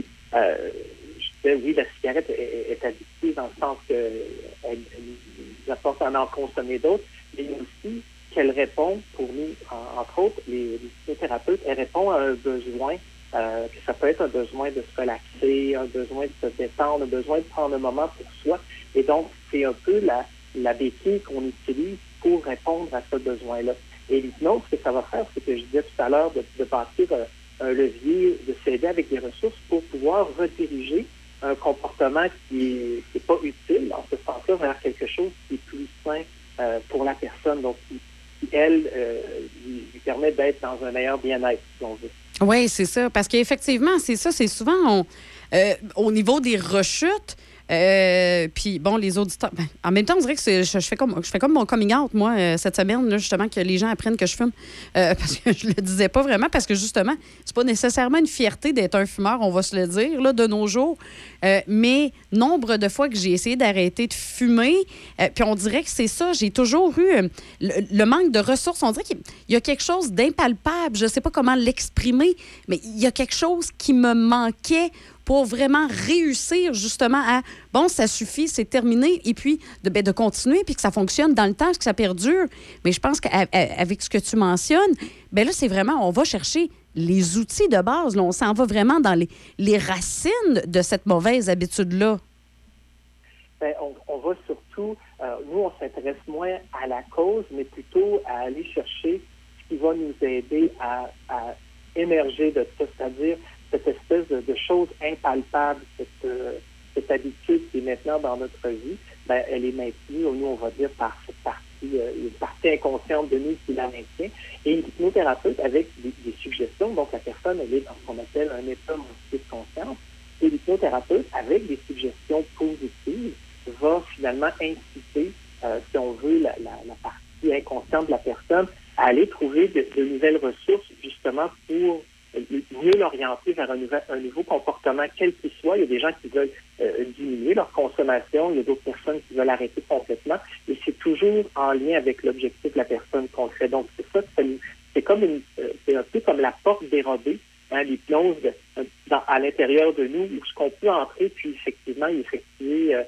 [SPEAKER 17] je disais, oui, la cigarette est addictive dans le sens qu'elle nous apporte à en consommer d'autres, mais aussi qu'elle répond, pour nous, entre autres, les hypnothérapeutes, elle répond à un besoin, que ça peut être un besoin de se relaxer, un besoin de se détendre, un besoin de prendre un moment pour soi. Et donc, c'est un peu la béquille qu'on utilise pour répondre à ce besoin-là. Et l'hypnose, ce que ça va faire, c'est que je disais tout à l'heure, de bâtir un levier, de s'aider avec des ressources pour pouvoir rediriger un comportement qui n'est pas utile, en ce sens-là, vers quelque chose qui est plus sain pour la personne, donc qui elle, lui permet d'être dans un meilleur bien-être, si on veut.
[SPEAKER 8] Oui, c'est ça. Parce qu'effectivement, c'est ça, c'est souvent au niveau des rechutes. Puis, bon, les auditeurs... Ben, en même temps, on dirait que je fais comme mon coming out, moi, cette semaine, là, justement, que les gens apprennent que je fume. Parce que je le disais pas vraiment, parce que, justement, c'est pas nécessairement une fierté d'être un fumeur, on va se le dire, là, de nos jours. Mais nombre de fois que j'ai essayé d'arrêter de fumer, puis on dirait que c'est ça, j'ai toujours eu le manque de ressources. On dirait qu'il y a quelque chose d'impalpable, je sais pas comment l'exprimer, mais il y a quelque chose qui me manquait pour vraiment réussir justement à, bon, ça suffit, c'est terminé, et puis de continuer, puis que ça fonctionne dans le temps, que ça perdure. Mais je pense qu'avec ce que tu mentionnes, bien là, c'est vraiment, on va chercher les outils de base. Là, on s'en va vraiment dans les racines de cette mauvaise habitude-là.
[SPEAKER 17] Bien, on va surtout, nous, on s'intéresse moins à la cause, mais plutôt à aller chercher ce qui va nous aider à émerger de ça, c'est-à-dire cette espèce de chose impalpable, cette habitude qui est maintenant dans notre vie, ben, elle est maintenue, nous, on va dire, par cette partie, une partie inconsciente de nous qui la maintient. Et l'hypnothérapeute, avec des suggestions, donc la personne, elle est dans ce qu'on appelle un état modifié de conscience, et l'hypnothérapeute, avec des suggestions positives, va finalement inciter, si on veut, la partie inconsciente de la personne à aller trouver de nouvelles ressources, justement, pour mieux l'orienter vers un nouveau comportement, quel qu'il soit. Il y a des gens qui veulent diminuer leur consommation, il y a d'autres personnes qui veulent arrêter complètement, mais c'est toujours en lien avec l'objectif de la personne qu'on fait. Donc, c'est ça, c'est un peu comme la porte dérobée, hein, l'hypnose à l'intérieur de nous, où ce qu'on peut entrer, puis effectivement effectuer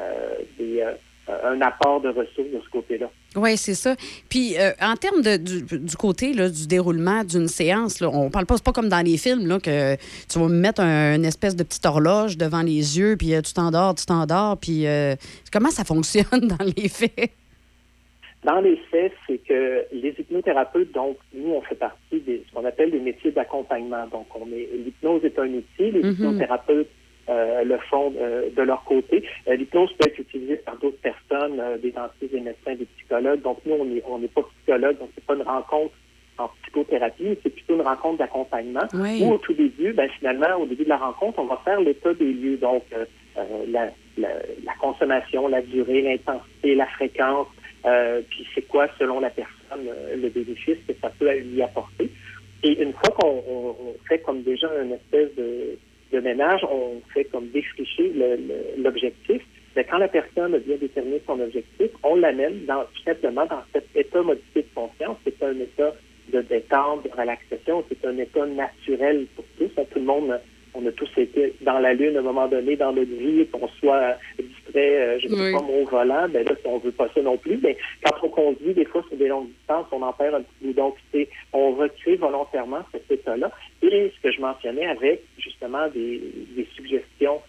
[SPEAKER 17] un apport de ressources de ce côté-là.
[SPEAKER 8] Oui, c'est ça. Puis, en termes du côté là, du déroulement d'une séance, là, on parle pas, c'est pas comme dans les films, là, que tu vas me mettre une espèce de petite horloge devant les yeux, puis tu t'endors, puis comment ça fonctionne dans les faits?
[SPEAKER 17] Dans les faits, c'est que les hypnothérapeutes, donc, nous, on fait partie de ce qu'on appelle des métiers d'accompagnement. Donc, l'hypnose est un outil, les hypnothérapeutes le font de leur côté. L'hypnose peut être utilisée par d'autres personnes, des dentistes, des médecins, des psychologues. Donc, nous, on n'est pas psychologue, donc c'est pas une rencontre en psychothérapie, mais c'est plutôt une rencontre d'accompagnement. Oui. Où, au tout début, finalement, au début de la rencontre, on va faire l'état des lieux. Donc, la consommation, la durée, l'intensité, la fréquence, puis c'est quoi, selon la personne, le bénéfice que ça peut lui apporter. Et une fois qu'on fait comme déjà une espèce de ménage, on fait comme défricher l'objectif. Mais quand la personne a bien déterminé son objectif, on l'amène tout simplement dans cet état modifié de conscience. C'est un état de détente, de relaxation. C'est un état naturel pour tous. Tout le monde, on a tous été dans la lune à un moment donné dans notre vie, qu'on soit distrait, je ne sais pas, mon volant. Ben là, on veut pas ça non plus. Mais quand on conduit, des fois, sur des longues distances, on en perd un petit peu. Donc, on recrée volontairement cet état-là. Et ce que je mentionnais avec, justement, des suggestions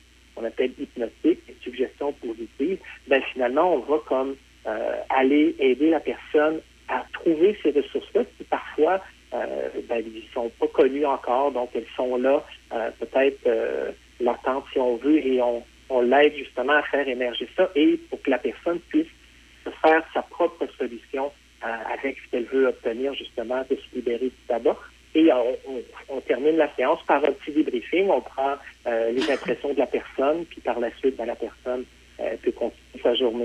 [SPEAKER 17] qu'on appelle hypnotique, suggestion positive, ben finalement, on va comme aller aider la personne à trouver ces ressources-là qui parfois ils sont pas connues encore, donc elles sont là, peut-être latentes si on veut, et on l'aide justement à faire émerger ça et pour que la personne puisse se faire sa propre solution avec ce qu'elle veut obtenir justement de se libérer du tabac. Et on termine la séance par un petit débriefing, on prend les impressions de la personne, puis par la suite, la personne peut continuer sa journée.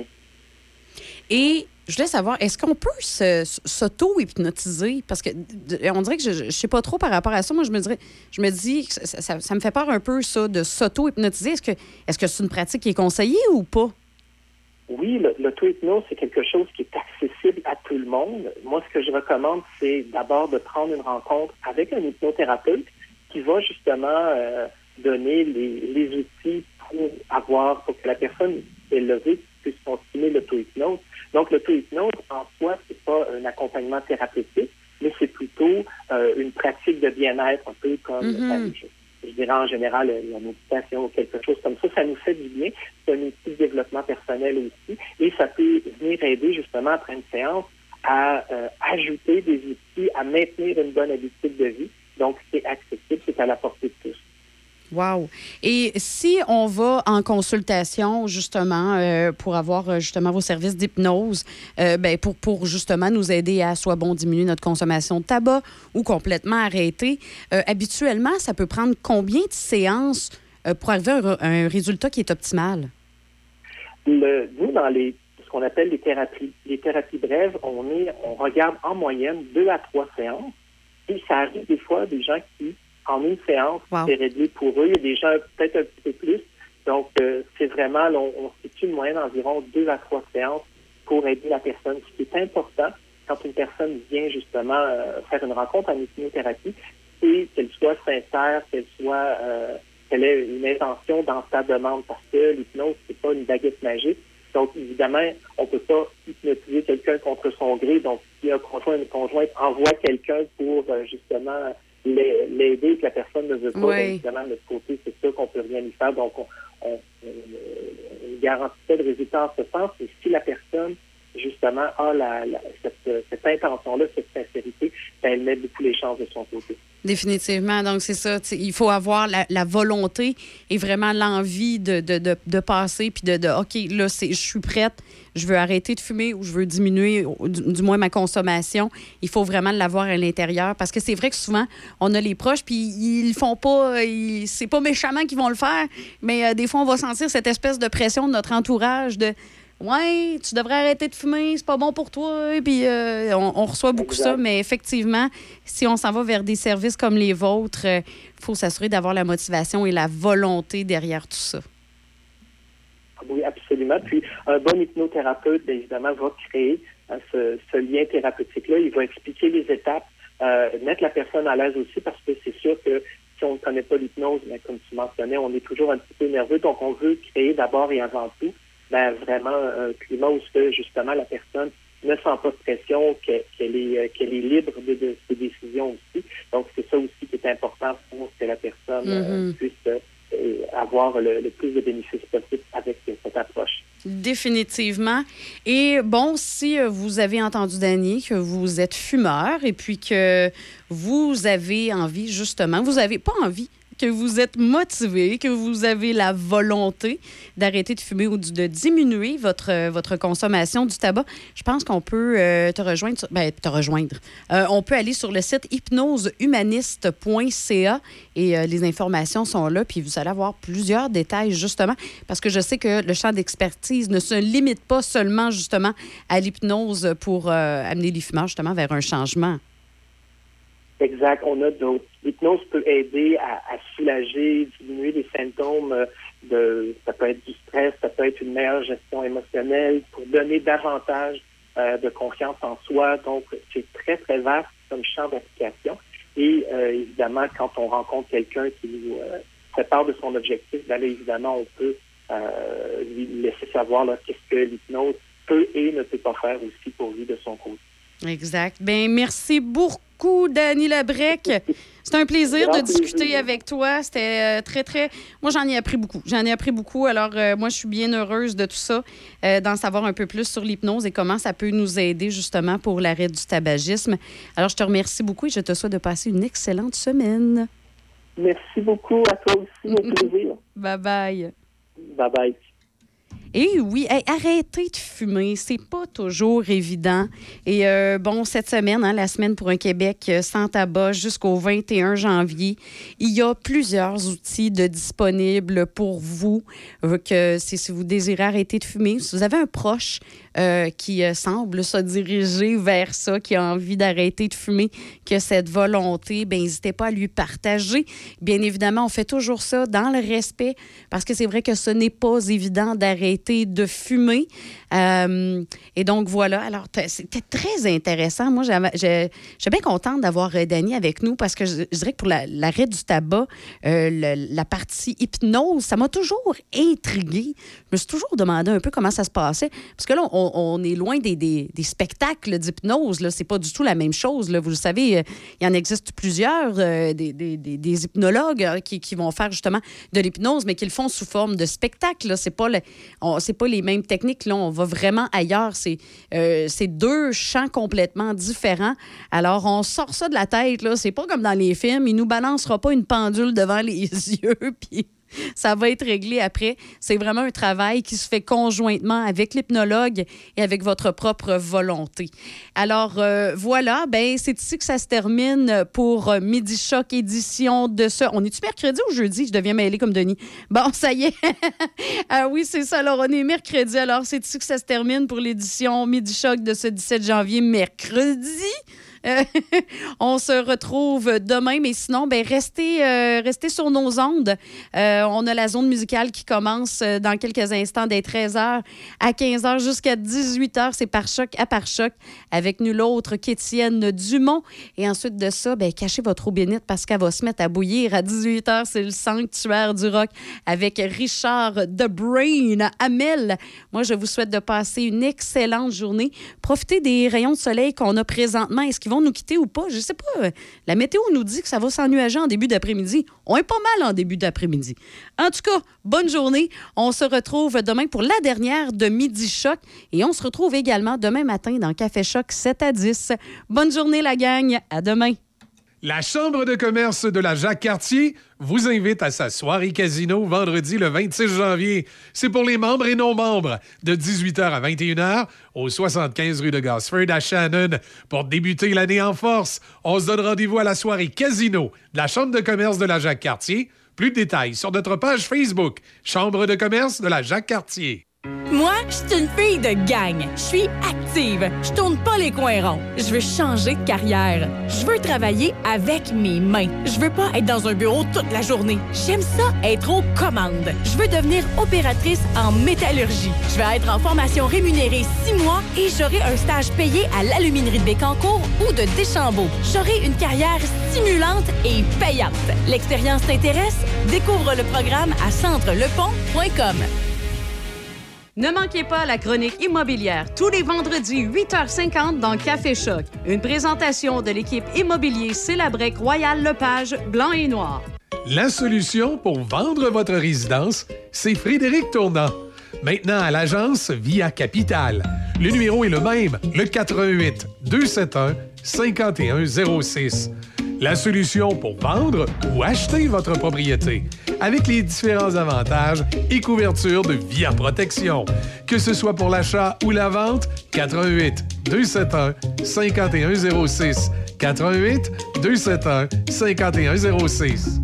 [SPEAKER 8] Et je voulais savoir, est-ce qu'on peut s'auto-hypnotiser? Parce que on dirait que je ne sais pas trop par rapport à ça. Moi, je me dis que ça me fait peur un peu, ça, de s'auto-hypnotiser. Est-ce que c'est une pratique qui est conseillée ou pas?
[SPEAKER 17] Oui, l'auto-hypnose, c'est quelque chose qui est accessible à tout le monde. Moi, ce que je recommande, c'est d'abord de prendre une rencontre avec un hypnothérapeute qui va justement donner les outils pour que la personne élevée puisse continuer l'auto-hypnose. Donc, l'auto-hypnose, en soi, c'est pas un accompagnement thérapeutique, mais c'est plutôt une pratique de bien-être, un peu comme, je dirais en général, la méditation ou quelque chose comme ça. Ça nous fait du bien. C'est un outil de développement personnel aussi. Et ça peut venir aider, justement, après une séance, à ajouter des outils, à maintenir une bonne habitude de vie. Donc, c'est accessible, c'est à la portée de tous.
[SPEAKER 8] Wow. Et si on va en consultation, justement, pour avoir justement vos services d'hypnose, pour justement nous aider à soit diminuer notre consommation de tabac ou complètement arrêter, habituellement, ça peut prendre combien de séances pour arriver à un résultat qui est optimal?
[SPEAKER 17] Nous, dans ce qu'on appelle les thérapies brèves, on regarde en moyenne 2 à 3 séances. Et ça arrive des fois des gens qui en une séance, c'est réglé pour eux. Il y a des gens peut-être un petit peu plus. Donc, c'est vraiment, on situe une moyenne d'environ 2 à 3 séances pour aider la personne. Ce qui est important, quand une personne vient justement faire une rencontre en hypnothérapie, c'est qu'elle soit sincère, qu'elle ait une intention dans sa demande, parce que l'hypnose, c'est pas une baguette magique. Donc, évidemment, on peut pas hypnotiser quelqu'un contre son gré. Donc, si un conjoint ou une conjointe envoie quelqu'un pour justement l'aider que la personne ne veut pas, bien évidemment, de notre côté, c'est sûr qu'on peut rien y faire. Donc, on garantit pas de résultat en ce sens. Et si la personne, justement, a cette intention-là, cette sincérité, elle met beaucoup les chances de son côté.
[SPEAKER 8] Définitivement. Donc, c'est ça. Il faut avoir la volonté et vraiment l'envie de passer puis OK, là, je suis prête, je veux arrêter de fumer ou je veux diminuer du moins ma consommation. Il faut vraiment l'avoir à l'intérieur parce que c'est vrai que souvent, on a les proches puis ils le font pas, c'est pas méchamment qu'ils vont le faire, mais des fois, on va sentir cette espèce de pression de notre entourage de ouais, tu devrais arrêter de fumer, c'est pas bon pour toi. Puis on reçoit beaucoup ça, mais effectivement, si on s'en va vers des services comme les vôtres, il faut s'assurer d'avoir la motivation et la volonté derrière tout ça.
[SPEAKER 17] Oui, absolument. Puis un bon hypnothérapeute, bien évidemment, va créer ce lien thérapeutique-là. Il va expliquer les étapes, mettre la personne à l'aise aussi, parce que c'est sûr que si on ne connaît pas l'hypnose, bien, comme tu mentionnais, on est toujours un petit peu nerveux. Donc, on veut créer d'abord et avant tout vraiment un climat où justement la personne ne sent pas de pression, qu'elle est libre de ses décisions aussi. Donc, c'est ça aussi qui est important pour que la personne puisse avoir le plus de bénéfices possible avec cette approche.
[SPEAKER 8] Définitivement. Et bon, si vous avez entendu Danny que vous êtes fumeur et puis que vous avez envie, justement, vous n'avez pas envie, que vous êtes motivé, que vous avez la volonté d'arrêter de fumer ou de diminuer votre consommation du tabac, je pense qu'on peut te rejoindre. On peut aller sur le site hypnosehumaniste.ca et les informations sont là. Puis vous allez avoir plusieurs détails, justement, parce que je sais que le champ d'expertise ne se limite pas seulement, justement, à l'hypnose pour amener les fumeurs, justement, vers un changement.
[SPEAKER 17] Exact. On a d'autres. L'hypnose peut aider à soulager, diminuer les symptômes ça peut être du stress, ça peut être une meilleure gestion émotionnelle pour donner davantage de confiance en soi. Donc, c'est très, très vaste comme champ d'application. Et évidemment, quand on rencontre quelqu'un qui nous fait part de son objectif, bien là, évidemment, on peut lui laisser savoir là, qu'est-ce que l'hypnose peut et ne peut pas faire aussi pour lui de son côté.
[SPEAKER 8] Exact. Bien, merci beaucoup beaucoup, Danny Labrec. C'était un plaisir
[SPEAKER 17] Grand
[SPEAKER 8] de discuter
[SPEAKER 17] plaisir.
[SPEAKER 8] avec toi. C'était très, très... Moi, j'en ai appris beaucoup. Alors, moi, je suis bien heureuse de tout ça, d'en savoir un peu plus sur l'hypnose et comment ça peut nous aider, justement, pour l'arrêt du tabagisme. Alors, je te remercie beaucoup et je te souhaite de passer une excellente semaine.
[SPEAKER 17] Merci beaucoup à toi aussi, au plaisir.
[SPEAKER 8] Bye-bye.
[SPEAKER 17] Bye-bye.
[SPEAKER 8] Et oui, hey, arrêter de fumer, c'est pas toujours évident. Et bon, cette semaine, la semaine pour un Québec sans tabac jusqu'au 21 janvier, il y a plusieurs outils disponibles pour vous. Que si vous désirez arrêter de fumer, si vous avez un proche qui semble se diriger vers ça, qui a envie d'arrêter de fumer, qui a cette volonté, bien, n'hésitez pas à lui partager. Bien évidemment, on fait toujours ça dans le respect, parce que c'est vrai que ce n'est pas évident d'arrêter de fumer. Et donc, voilà. Alors, c'était très intéressant. Moi, je suis bien contente d'avoir Danny avec nous, parce que je dirais que pour l'arrêt du tabac, la partie hypnose, ça m'a toujours intriguée. Je me suis toujours demandé un peu comment ça se passait, parce que là, on est loin des spectacles d'hypnose. Là. C'est pas du tout la même chose. Là. Vous le savez, il y en existe plusieurs, des hypnologues qui vont faire justement de l'hypnose, mais qui le font sous forme de spectacle. Là. C'est pas les mêmes techniques. Là. On va vraiment ailleurs. C'est deux champs complètement différents. Alors, on sort ça de la tête. Là. C'est pas comme dans les films. Il nous balancera pas une pendule devant les yeux, puis ça va être réglé après. C'est vraiment un travail qui se fait conjointement avec l'hypnologue et avec votre propre volonté. Alors, voilà, ben c'est ici que ça se termine pour Midi Choc édition de ce... On est-tu mercredi ou jeudi? Je deviens mêlée comme Denis. Bon, ça y est. Ah oui, c'est ça. Alors, on est mercredi. Alors, c'est ici que ça se termine pour l'édition Midi Choc de ce 17 janvier, mercredi. On se retrouve demain, mais sinon, ben restez sur nos ondes. On a la zone musicale qui commence dans quelques instants, dès 13h à 15h jusqu'à 18h. C'est par choc à par choc, avec nul autre qu'Étienne Dumont. Et ensuite de ça, ben, cachez votre eau bénite parce qu'elle va se mettre à bouillir. À 18h, c'est le sanctuaire du rock avec Richard The Brain Hamel. Moi, je vous souhaite de passer une excellente journée. Profitez des rayons de soleil qu'on a présentement. Est-ce qu'ils vont nous quitter ou pas? Je sais pas. La météo nous dit que ça va s'ennuager en début d'après-midi. On est pas mal en début d'après-midi. En tout cas, bonne journée. On se retrouve demain pour la dernière de Midi Choc et on se retrouve également demain matin dans Café Choc 7 à 10. Bonne journée, la gang. À demain.
[SPEAKER 3] La Chambre de commerce de la Jacques-Cartier vous invite à sa soirée casino vendredi le 26 janvier. C'est pour les membres et non-membres de 18h à 21h au 75 rue de Gosford à Shannon. Pour débuter l'année en force, on se donne rendez-vous à la soirée casino de la Chambre de commerce de la Jacques-Cartier. Plus de détails sur notre page Facebook, Chambre de commerce de la Jacques-Cartier.
[SPEAKER 11] Moi, je suis une fille de gang. Je suis active. Je tourne pas les coins ronds. Je veux changer de carrière. Je veux travailler avec mes mains. Je veux pas être dans un bureau toute la journée. J'aime ça être aux commandes. Je veux devenir opératrice en métallurgie. Je vais être en formation rémunérée 6 mois et j'aurai un stage payé à l'aluminerie de Bécancour ou de Deschambault. J'aurai une carrière stimulante et payante. L'expérience t'intéresse? Découvre le programme à centrelepont.com.
[SPEAKER 8] Ne manquez pas la chronique immobilière tous les vendredis 8h50 dans Café Choc. Une présentation de l'équipe immobilier Célabrec Royal Lepage Blanc et Noir.
[SPEAKER 3] La solution pour vendre votre résidence, c'est Frédéric Tournant. Maintenant à l'agence Via Capital. Le numéro est le même, le 88 271 5106. La solution pour vendre ou acheter votre propriété, avec les différents avantages et couvertures de Via Protection. Que ce soit pour l'achat ou la vente, 88 271 5106. 88 271 5106.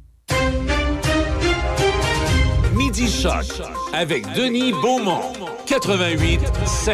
[SPEAKER 12] Midi Choc avec Denis Beaumont, 88.7.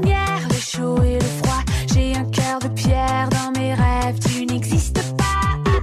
[SPEAKER 18] Chaud et le froid, j'ai un cœur de pierre, dans mes rêves tu n'existes pas.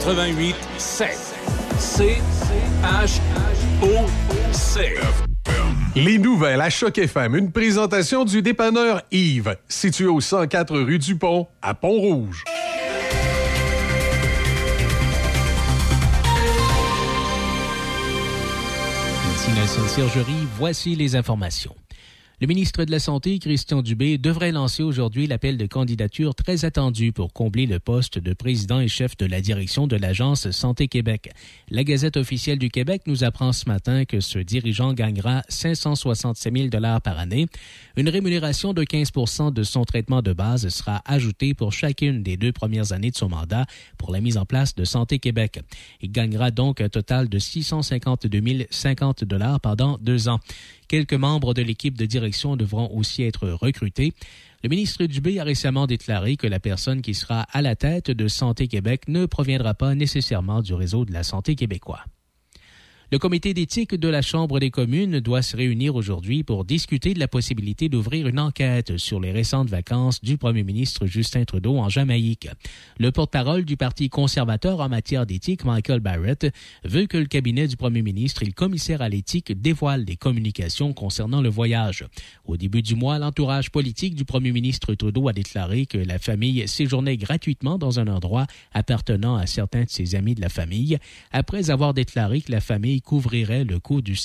[SPEAKER 12] 88.7. C-H-O-C.
[SPEAKER 3] Les nouvelles à Choc FM, une présentation du dépanneur Yves, situé au 104 rue du Pont, à Pont-Rouge.
[SPEAKER 6] Ici Nelson Sergerie, voici les informations. Le ministre de la Santé, Christian Dubé, devrait lancer aujourd'hui l'appel de candidature très attendu pour combler le poste de président et chef de la direction de l'Agence Santé Québec. La Gazette officielle du Québec nous apprend ce matin que ce dirigeant gagnera 567 000 $ par année. Une rémunération de 15 % de son traitement de base sera ajoutée pour chacune des 2 premières années de son mandat pour la mise en place de Santé Québec. Il gagnera donc un total de 652 050 $ pendant 2 ans. Quelques membres de l'équipe de direction devront aussi être recrutés. Le ministre Dubé a récemment déclaré que la personne qui sera à la tête de Santé Québec ne proviendra pas nécessairement du réseau de la santé québécois. Le comité d'éthique de la Chambre des communes doit se réunir aujourd'hui pour discuter de la possibilité d'ouvrir une enquête sur les récentes vacances du premier ministre Justin Trudeau en Jamaïque. Le porte-parole du Parti conservateur en matière d'éthique, Michael Barrett, veut que le cabinet du premier ministre et le commissaire à l'éthique dévoilent des communications concernant le voyage. Au début du mois, l'entourage politique du premier ministre Trudeau a déclaré que la famille séjournait gratuitement dans un endroit appartenant à certains de ses amis de la famille, après avoir déclaré que la famille couvrirait le coût du